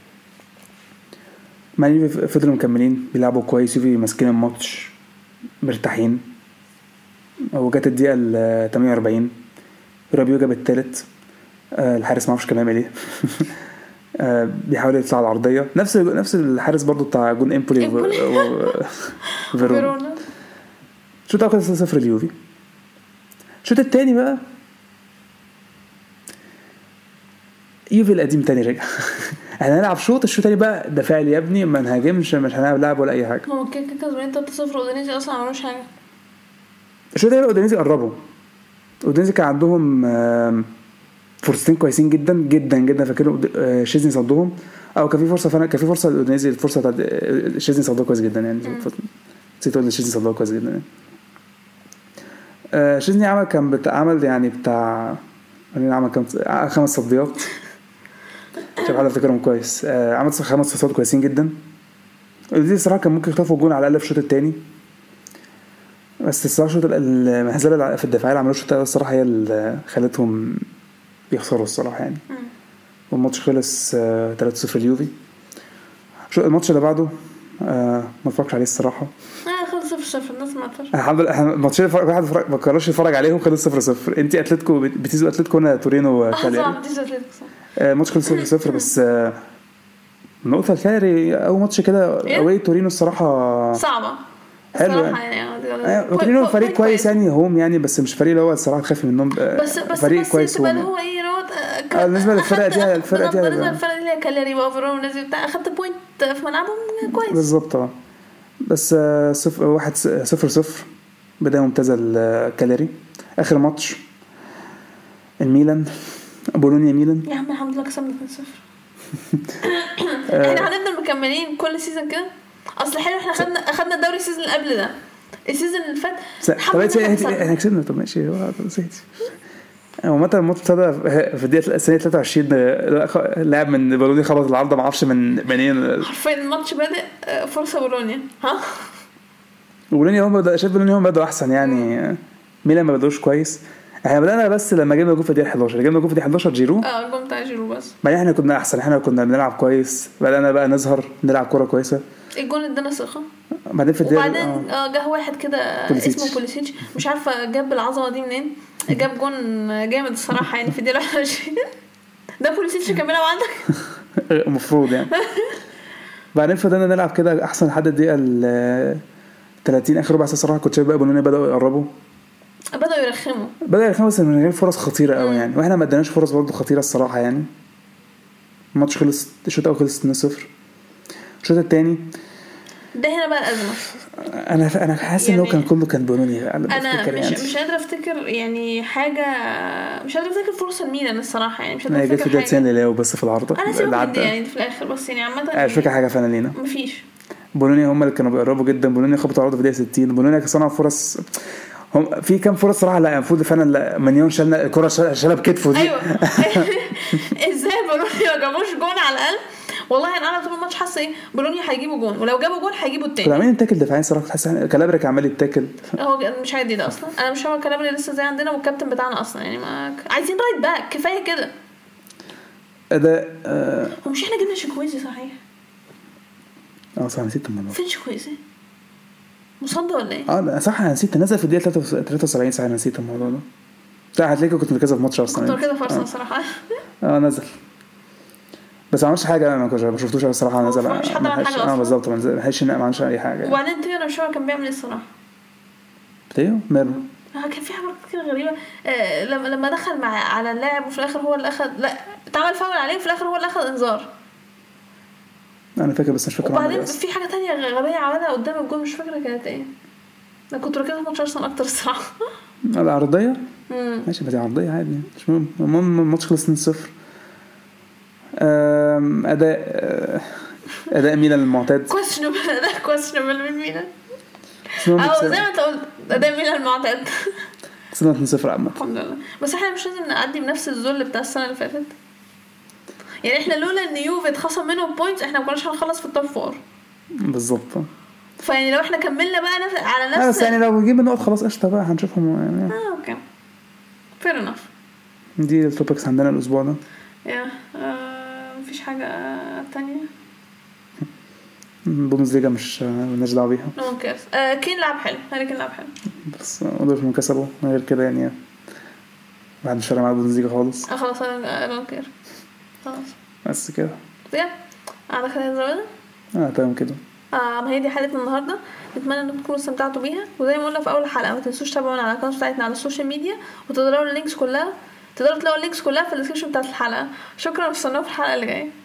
مع يوفي فضلوا مكملين بيلعبوا كويس. يوفي ماسكين الماتش مرتاحين. وجت الدقيقه ال ثمانية وأربعين رابيو جاب الثالث. أه الحارس ما اعرفش كان بيعمل ايه. أه بيحاول يطلع على العرضيه نفس نفس الحارس برضو بتاع جون امبولي وفيرونا. شوط اول صفر اليوفي. الشوط الثاني بقى يوفي القديم تاني رجع. احنا هنلعب شوط الشوط الثاني بقى دفاعي يا ابني ما نهاجمش مش هنلعب لعب ولا اي حاجه. هو كده كده كسبانين ثلاثة صفر. اودينيزي اصلا ما عملوش حاجه. الشوط الثاني اودينيزي قربوا. اودينيزي كان عندهم فرصتين كويسين جدا جدا جدا. فاكروا شيزني صدهم او كان في فرصه فعلا كان في فرصه الاودينيزي الفرصه بتاعت شيزني صدها كويس جدا يعني نسيت اقول شيزني صدها كويس جدا يعني. آه شيزني عمل كان بتعمل يعني بتاع عمل كام خمس صديات شوف حد افتكرهم كويس. آه عمل خمس صدات كويسين جدا. دي الصراحه كان ممكن يخطفوا الجون على الاقل في الشوط الثاني بس الصراحه الشوط المهزله في الدفاع اللي عملوه الشوط الصراحه هي اللي خلتهم يخسروا الصراحه يعني. والماتش خلص ثلاثة صفر اليوفي. شو الماتش اللي بعده آه ما اتفرجش عليه الصراحه. اه خلص صفر صفر الناس ما تفرج الحمد لله احنا الماتشين واحد ما قررش يتفرج عليهم خلص صفر صفر. انت اتلتيكو بتيزو اتلتيكو انا تورينو كالياري اه بتيزو اتلتيكو آه الماتش خلص صفر صفر بس آه نقطه كالياري اول ماتش كده اوي تورينو الصراحه صعبه حلو يعني. تورينو فريق كويس يعني هوم يعني بس مش فريق اللي هو الصراحه خايف منهم بس بس فريق بس كويس هو هو ايه روت بالنسبه للفرقه دي الفرقه دي بالنسبه للفرقه دي كالياري واوفرول والناس بتاع اخدت بوينت في ملعبهم كويس بالظبط اه بس صفر واحد صفر صفر بدايه ممتازه الكالياري. اخر ماتش الميلان بولونيا ميلان يا عم الحمد لله كسبنا اتنين صفر. احنا هنفضل مكملين كل سيزون كده اصل حلو احنا خدنا اخدنا الدوري السيزون اللي قبل ده السيزون اللي فات احنا كسبنا. طب ماشي هو نسيت هو متى الماتش ابتدى في الدقيقه الثانيه ثلاثة وعشرين لاعب من بولونيا خبط العارضه ما اعرفش من منين حرفيا الماتش بادئ فرصه بولونيا ها بولونيا هم بدا شايف بولونيا هم بدأوا احسن يعني. ميلان ما بدوش كويس. احنا بدأنا بس لما جبنا جول في الدقيقه حداشر جبنا جول في الدقيقه حداشر جيرو اه الجول بتاع جيرو بس بعدين احنا كنا احسن احنا كنا بنلعب كويس بدأنا بقى نظهر نلعب كوره كويسه الجول ادانا ثقه بعدين في الدقيقه وبعدين اه جه واحد كده اسمه بوليسيتش مش عارفه جاب العظمه دي منين جاب جون جامد الصراحه يعني في الدقيقه واحد وعشرين ده بوليسيتش كان بيلعب عندك المفروض يعني. بعدين فضلنا نلعب كده احسن لحد الدقيقه ال ثلاثين اخر ربع ساعه صراحه كنت شايف بقى بولونيا بداوا يقربوا بداوا يرخموا بداوا يرخموا بس من غير فرص خطيره قوي يعني واحنا ما اديناش فرص برضه خطيره الصراحه يعني. الماتش خلص الشوط الاول خلص اتنين صفر. الشوط الثاني ده هنا بقى الازمه. انا انا حاسس يعني انه كان كله كان بولونيا انا مش يعني. مش قادره افتكر يعني حاجه مش قادره افتكر فرصه الميلان الصراحه يعني مش قادره افتكر حاجه جت لي لو بس في العارضه اللي عدى يعني في الاخر بس يعني عامه مش فاكر حاجه فعلا لينا مفيش. بولونيا هم اللي كانوا بيقربوا جدا. بولونيا خبطوا العارضه في الدقيقه ستين. بولونيا كان صنع فرص هم في كام فرص صراحه لا المفروض فعلا منيون شالنا الكره شالها بكتفه دي. ايوه ازاي بولونيا ما جابوش جون على الاقل والله انا طول الماتش حاسه ايه بولونيا هيجيبوا جون ولو جابوا جون هيجيبوا التاني. كانوا عاملين تاكل دفاعي صراحه تحس كالابريك عمال يتاكل هو مش عادي ده اصلا انا مش هو كالابري لسه زي عندنا والكابتن بتاعنا اصلا يعني ما عايزين رايت باك كفايه كده اداء آه هو مش احنا جبنا شيكويزي صحيح اه صح نسيت الموضوع فين شيكويزي مصدق ولا ايه اه صح انا نسيت نزل في الدقيقه ثلاثة وسبعين ساعه نسيت الموضوع ده صح هتلاقيك كنت مركزه في ماتش اصلا كنت كده فرصه صراحه اه نزل بس ما عملش حاجه انا ما شفتوش الصراحه نزل مش حد عمل حاجه اه بالظبط ما نزلش ما عملش اي حاجه وبعدين تيو انا مش عارف كان بيعمل ايه الصراحه تيو ماله اه كان في حاجات كتير غريبه آه لما لما دخل مع على اللاعب وفي الاخر هو اللي اخذ لا اتعمل فاول عليه وفي الاخر هو اللي اخذ انذار انا فاكر بس مش فاكر. وبعدين في حاجه تانية غبيه عملها قدام الجول مش فاكره كانت ايه. انا كنت ركزت في ماتش ارسنال اكتر الصراحه. العرضيه ماشي بدي عرضيه عادي مش مهم. المهم الماتش خلص اتنين صفر. اداء اداء ميلان المعتاد كويسنبل اداء كويسنبل من ميلان او زي ما انت قلت اداء ميلان المعتاد كسبنا اتنين صفر عامه الحمد لله. بس احنا مش لازم نعدي بنفس الذل بتاع السنه اللي فاتت يعني احنا لولا ان يوفي اتخصم منهم بوينتس احنا ما كناش هنخلص في التوب فور بالظبط. فيعني لو احنا كملنا بقى نفس على نفس بس يعني لو جيب النقط خلاص قشطه بقى هنشوفهم يعني. اه اوكي فير انف. دي التوبكس عندنا الاسبوع ده يا آه مفيش حاجه تانية. بوندسليغا مش مالناش دعوه بيها. اوكي آه كين لعب حلو هاري كين لعب حلو بس قدروا من كسبوا غير كده يعني بعد مش فارق مع بوندسليغا خالص. اه خلاص انا اوكي خلاص بس كده يا على خير زمان اه تمام كده. اه ما هي دي حلقتنا النهارده نتمنى انكم تكونوا استمتعتوا بيها وزي ما قلنا في اول حلقه ما تنسوش تتابعونا على القناه بتاعتنا على السوشيال ميديا وتقدروا اللينكس كلها تقدروا تلاقوا اللينكس كلها في الديسكربشن بتاعت الحلقه. شكرا واستنونا في الحلقه اللي جايه.